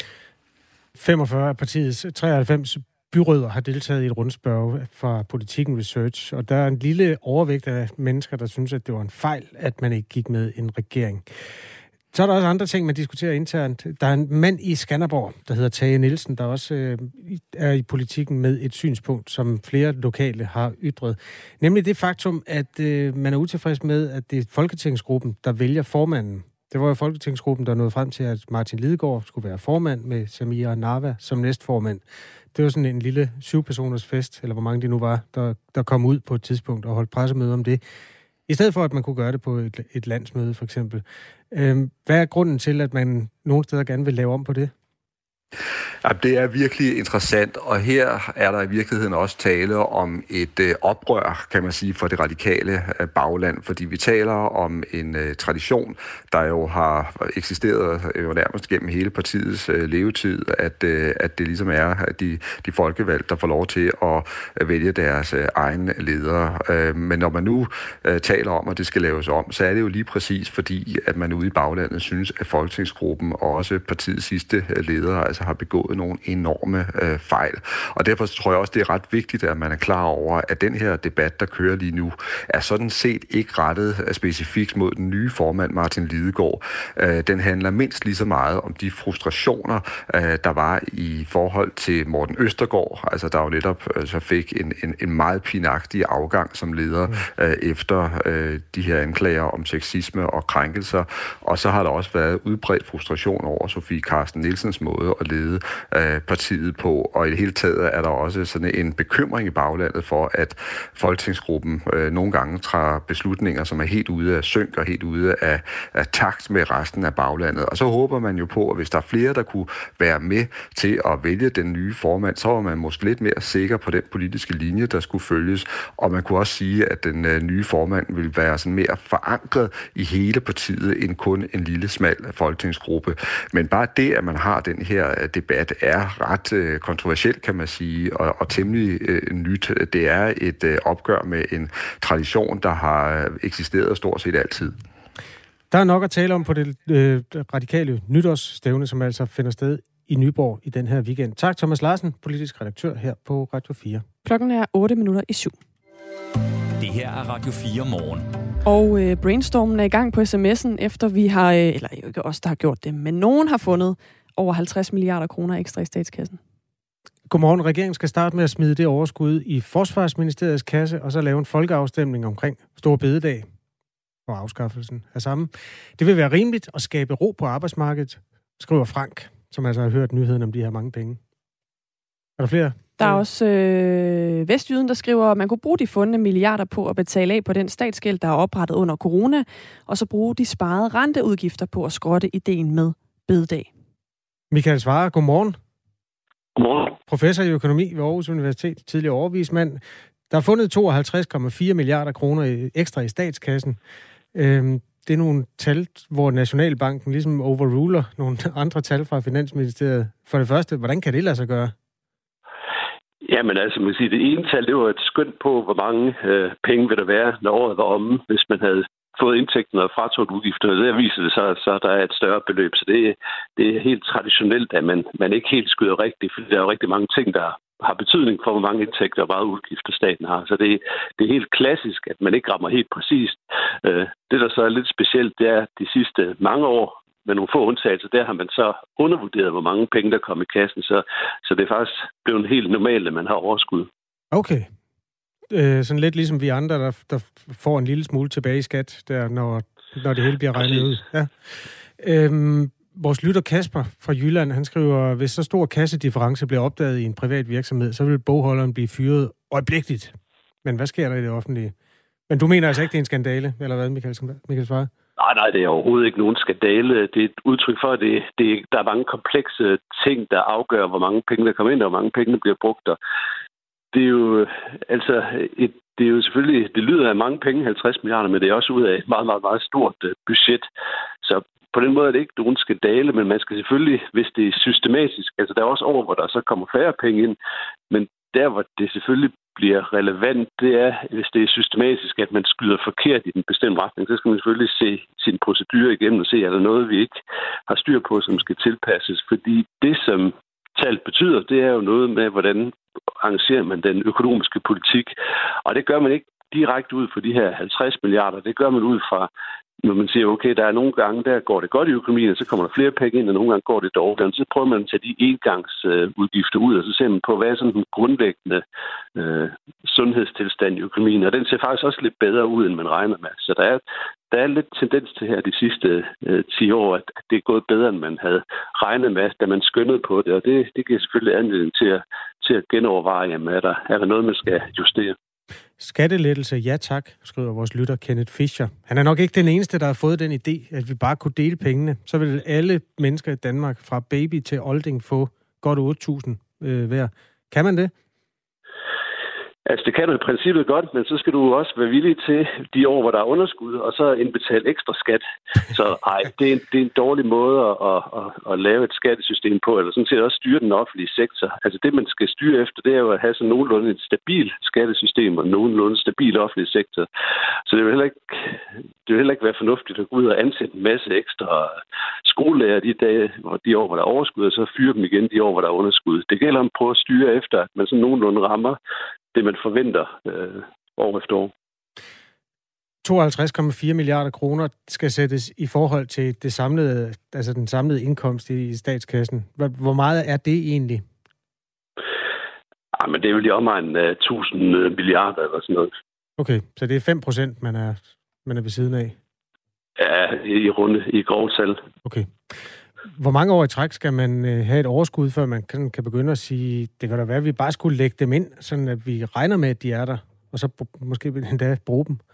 femogfyrre af partiets treoghalvfems byrødder har deltaget i et rundspørge fra Politiken Research, og der er en lille overvægt af mennesker, der synes, at det var en fejl, at man ikke gik med en regering. Så er der også andre ting, man diskuterer internt. Der er en mand i Skanderborg, der hedder Tage Nielsen, der også øh, er i Politiken med et synspunkt, som flere lokale har ytret. Nemlig det faktum, at øh, man er utilfreds med, at det er Folketingsgruppen, der vælger formanden. Det var jo Folketingsgruppen, der nåede frem til, at Martin Lidegaard skulle være formand med Samira Narva som næstformand. Det var sådan en lille syvpersoners fest, eller hvor mange de nu var, der, der kom ud på et tidspunkt og holdt pressemøde om det. I stedet for, at man kunne gøre det på et, et landsmøde, for eksempel. Øhm, hvad er grunden til, at man nogle steder gerne vil lave om på det? Ja, det er virkelig interessant, og her er der i virkeligheden også tale om et øh, oprør, kan man sige, for det radikale øh, bagland, fordi vi taler om en øh, tradition, der jo har eksisteret øh, nærmest gennem hele partiets øh, levetid, at, øh, at det ligesom er at de, de folkevalgte, der får lov til at øh, vælge deres øh, egen ledere. Øh, men når man nu øh, taler om, at det skal laves om, så er det jo lige præcis fordi, at man ude i baglandet synes, at Folketingsgruppen og også partiets sidste øh, ledere altså har begået nogle enorme øh, fejl. Og derfor tror jeg også, det er ret vigtigt, at man er klar over, at den her debat, der kører lige nu, er sådan set ikke rettet øh, specifikt mod den nye formand, Martin Lidegaard. Øh, den handler mindst lige så meget om de frustrationer, øh, der var i forhold til Morten Østergaard, altså der jo netop øh, så fik en, en, en meget pinagtig afgang som leder øh, efter øh, de her anklager om sexisme og krænkelser. Og så har der også været udbredt frustration over Sofie Carsten Nielsens måde at lede øh, partiet på, og i det hele taget er der også sådan en bekymring i baglandet for, at Folketingsgruppen øh, nogle gange træder beslutninger, som er helt ude af synk og helt ude af, af takt med resten af baglandet. Og så håber man jo på, at hvis der er flere, der kunne være med til at vælge den nye formand, så var man måske lidt mere sikker på den politiske linje, der skulle følges, og man kunne også sige, at den øh, nye formand ville være sådan mere forankret i hele partiet, end kun en lille, smal folketingsgruppe. Men bare det, at man har den her debat, er ret øh, kontroversielt, kan man sige, og, og temmelig øh, nyt. Det er et øh, opgør med en tradition, der har eksisteret stort set altid. Der er nok at tale om på det øh, radikale nytårsstævne, som altså finder sted i Nyborg i den her weekend. Tak, Thomas Larsen, politisk redaktør her på Radio fire. Klokken er otte minutter i syv. Det her er Radio fire morgen. Og øh, brainstormen er i gang på sms'en, efter vi har, øh, eller ikke os, der har gjort det, men nogen har fundet over halvtreds milliarder kroner ekstra i statskassen. Godmorgen. Regeringen skal starte med at smide det overskud i Forsvarsministeriets kasse, og så lave en folkeafstemning omkring Store Bededag og afskaffelsen af samme. Det vil være rimeligt at skabe ro på arbejdsmarkedet, skriver Frank, som altså har hørt nyheden om de her mange penge. Er der flere? Der er også øh, Vestjyden, der skriver, at man kunne bruge de fundne milliarder på at betale af på den statsgæld, der er oprettet under corona, og så bruge de sparede renteudgifter på at skrotte ideen med bededag. Michael Svarer, godmorgen. Godmorgen. Professor i økonomi ved Aarhus Universitet, tidligere overvismand. Der er fundet tooghalvtreds komma fire milliarder kroner ekstra i statskassen. Øhm, det er nogle tal, hvor Nationalbanken ligesom overruler nogle andre tal fra Finansministeriet. For det første, hvordan kan det lade sig gøre? Jamen altså, man kan sige, det ene tal, det var et skøn på, hvor mange øh, penge vil der være, når året var omme, hvis man havde fået indtægten og frataget udgifterne. Der viser det så, så der er et større beløb. Så det, det er helt traditionelt, at man, man ikke helt skyder rigtigt, fordi der er jo rigtig mange ting, der har betydning for, hvor mange indtægter og meget udgifter staten har. Så det, det er helt klassisk, at man ikke rammer helt præcist. Øh, det, der så er lidt specielt, det er de sidste mange år, med nogle få undtagelser, der har man så undervurderet, hvor mange penge, der kom i kassen. Så, så det er faktisk blevet helt normalt, at man har overskud. Okay. Øh, sådan lidt ligesom vi andre, der, der får en lille smule tilbage i skat, der, når, når det hele bliver regnet ud. Ja. Øhm, vores lytter Kasper fra Jylland, han skriver, hvis så stor kassedifference bliver opdaget i en privat virksomhed, så vil bogholderen blive fyret øjeblikkeligt. Men hvad sker der i det offentlige? Men du mener altså ikke, det er en skandale, eller hvad, Michael, Michael svarer? Nej, nej, det er overhovedet ikke nogen skandale. Det er et udtryk for, at det, det, der er mange komplekse ting, der afgør, hvor mange penge der kommer ind, og hvor mange penge der bliver brugt. Og det er jo altså et, det er jo selvfølgelig, det lyder af mange penge, halvtreds milliarder, men det er også ud af et meget, meget, meget stort budget. Så på den måde er det ikke nogen skandale, men man skal selvfølgelig, hvis det er systematisk, altså der er også år, hvor der så kommer færre penge ind, men der, hvor det selvfølgelig bliver relevant, det er, hvis det er systematisk, at man skyder forkert i den bestemte retning, så skal man selvfølgelig se sin procedure igennem og se, er der noget, vi ikke har styr på, som skal tilpasses. Fordi det, som talt betyder, det er jo noget med, hvordan arrangerer man den økonomiske politik. Og det gør man ikke direkte ud for de her halvtreds milliarder. Det gør man ud fra, når man siger, okay, der er nogle gange, der går det godt i økonomien, og så kommer der flere penge ind, og nogle gange går det dårligt. Så prøver man at tage de engangsudgifter ud, og så ser man på, hvad er sådan den grundlæggende øh, sundhedstilstand i økonomien. Og den ser faktisk også lidt bedre ud, end man regner med. Så der er, der er lidt tendens til her de sidste øh, ti år, at det er gået bedre, end man havde regnet med, da man skyndede på det. Og det, det giver selvfølgelig anledning til at, til at genoverveje, jamen, er der, er der noget, man skal justere. Skattelettelse, ja tak, skriver vores lytter Kenneth Fischer. Han er nok ikke den eneste, der har fået den idé, at vi bare kunne dele pengene. Så vil alle mennesker i Danmark, fra baby til olding, få godt otte tusind øh, hver. Kan man det? Altså, det kan du i princippet godt, men så skal du også være villig til de år, hvor der er underskud, og så indbetale ekstra skat. Så ej, det er en, det er en dårlig måde at, at, at, at lave et skattesystem på, eller sådan set også styre den offentlige sektor. Altså, det man skal styre efter, det er jo at have sådan nogenlunde et stabilt skattesystem og nogenlunde stabil offentlig sektor. Så det vil heller ikke, det vil heller ikke være fornuftigt at gå ud og ansætte en masse ekstra skolelærer de dage, hvor de år, hvor der er overskud, og så fyre dem igen de år, hvor der er underskud. Det gælder om at prøve at styre efter, at man sådan nogenlunde rammer det, man forventer øh, år efter år. tooghalvtreds komma fire milliarder kroner skal sættes i forhold til det samlede, altså den samlede indkomst i statskassen. Hvor meget er det egentlig? Ja, men det er vel i omegnen af tusind milliarder eller sådan noget. Okay, så det er fem procent, man er, man er ved siden af? Ja, i runde, i grove tal. Okay. Hvor mange år i træk skal man øh, have et overskud, før man kan, kan begynde at sige, det kan da være, at vi bare skulle lægge dem ind, sådan at vi regner med, at de er der, og så b- måske endda bruge dem?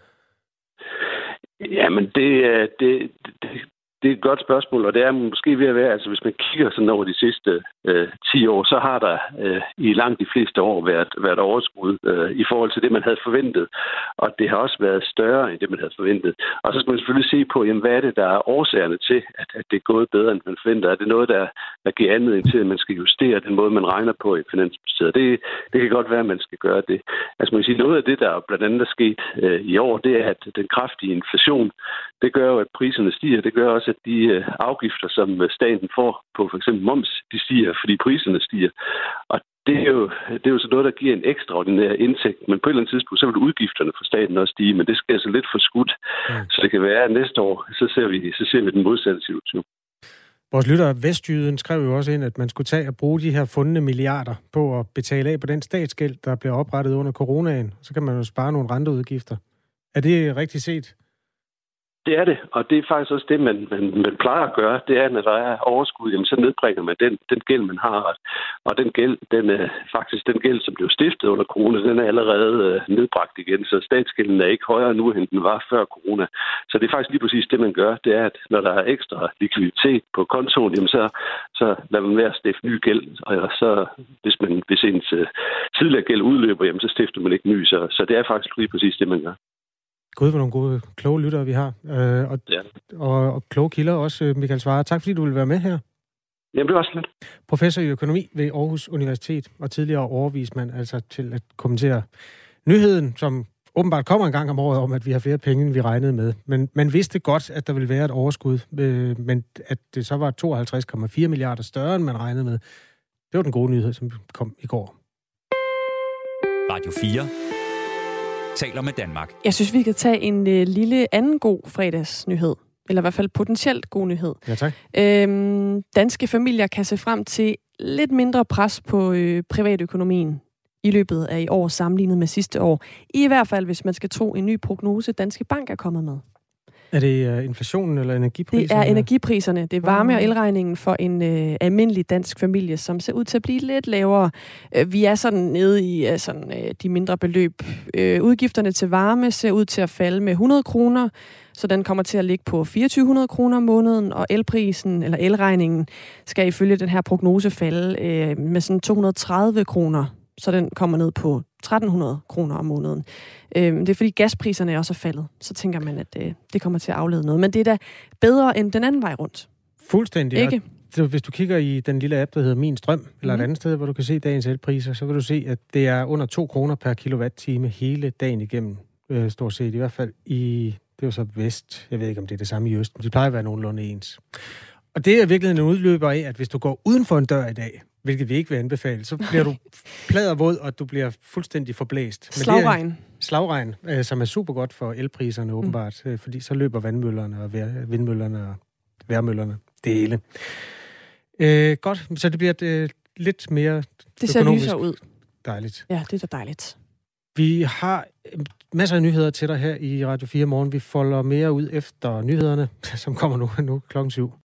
Jamen, det, det, det, det er et godt spørgsmål, og det er måske ved at være, altså hvis man kigger sådan over de sidste øh, ti år, så har der øh, i langt de fleste år været, været overskud øh, i forhold til det, man havde forventet. Og det har også været større end det, man havde forventet. Og så skal man selvfølgelig se på, jamen, hvad er det, der er årsagerne til, at, at det er gået bedre, end man forventer. Er det noget, der, der giver anledning til, at man skal justere den måde, man regner på i Finansministeriet? Det, det kan godt være, at man skal gøre det. Altså man kan sige, noget af det, der blandt andet er sket øh, i år, det er, at den kraftige inflation, det gør jo, at priserne stiger. Det gør også, at de øh, afgifter, som staten får på for eksempel moms, de stiger, fordi priserne stiger. Og det er jo, det er jo så noget, der giver en ekstraordinær indtægt, men på et eller andet tidspunkt, så vil udgifterne for staten også stige, men det skal altså lidt for skudt. Mm. Så det kan være, at næste år, så ser vi, så ser vi den modsatte situation. Vores lytter Vestjyden skrev jo også ind, at man skulle tage og bruge de her fundne milliarder på at betale af på den statsgæld, der bliver oprettet under coronaen. Så kan man jo spare nogle renteudgifter. Er det rigtigt set? Det er det, og det er faktisk også det, man, man, man plejer at gøre. Det er, når der er overskud, jamen, så nedbringer man den, den gæld, man har. Og den gæld, den er faktisk den gæld, som blev stiftet under corona, den er allerede øh, nedbragt igen. Så statsgælden er ikke højere nu, end den var før corona. Så det er faktisk lige præcis det, man gør. Det er, at når der er ekstra likviditet på kontoen, jamen, så, så lader man være at stifte ny gæld. Og så, hvis, man, hvis ens øh, tidligere gæld udløber, jamen, så stifter man ikke ny. Så, så det er faktisk lige præcis det, man gør. Gud, hvor nogle gode, kloge lyttere vi har. Øh, og, ja. og, og kloge kilder også, Michael Svarer. Tak fordi du vil være med her. Jamen, det var også lidt. Professor i økonomi ved Aarhus Universitet, og tidligere overvismand altså til at kommentere nyheden, som åbenbart kommer en gang om året om, at vi har flere penge, end vi regnede med. Men man vidste godt, at der ville være et overskud, øh, men at det så var tooghalvtreds komma fire milliarder større, end man regnede med. Det var den gode nyhed, som kom i går. Radio fire taler med Danmark. Jeg synes, vi kan tage en øh, lille anden god fredagsnyhed. Eller i hvert fald potentielt god nyhed. Ja, tak. Øhm, danske familier kan se frem til lidt mindre pres på øh, privatøkonomien i løbet af i år sammenlignet med sidste år. I hvert fald, hvis man skal tro en ny prognose, Danske Bank er kommet med. Er det uh, inflationen eller energipriserne? Det er energipriserne. Det er varme- og elregningen for en øh, almindelig dansk familie, som ser ud til at blive lidt lavere. Øh, vi er sådan nede i øh, sådan, øh, de mindre beløb. Øh, udgifterne til varme ser ud til at falde med hundrede kroner, så den kommer til at ligge på fireogtyve hundrede kroner om måneden, og elprisen, eller elregningen, skal ifølge den her prognose falde øh, med sådan to hundrede og tredive kroner, så den kommer ned på tretten hundrede kroner om måneden. Øh, det er fordi gaspriserne også er faldet, så tænker man, at øh, det kommer til at aflede noget. Men det er da bedre end den anden vej rundt. Fuldstændig. Ikke? Så hvis du kigger i den lille app, der hedder Min Strøm, eller mm. et andet sted, hvor du kan se dagens elpriser, så vil du se, at det er under to kroner per kilowatt-time hele dagen igennem, øh, stort set. I hvert fald i, det er jo så vest, jeg ved ikke, om det er det samme i øst, men det plejer at være nogenlunde ens. Og det er virkelig en udløber af, at hvis du går uden for en dør i dag, hvilket vi ikke vil anbefale, så bliver du pladervåd, og du bliver fuldstændig forblæst. Slagregn. Men slagregn, øh, som er super godt for elpriserne åbenbart, mm. øh, fordi så løber vandmøllerne og vær, vindmøllerne og vejrmøllerne det hele. Øh, godt, så det bliver øh, lidt mere det ser økonomisk lysere ud. Dejligt. Ja, det er da dejligt. Vi har masser af nyheder til dig her i Radio fire Morgen. Vi folder mere ud efter nyhederne, som kommer nu, nu klokken syv.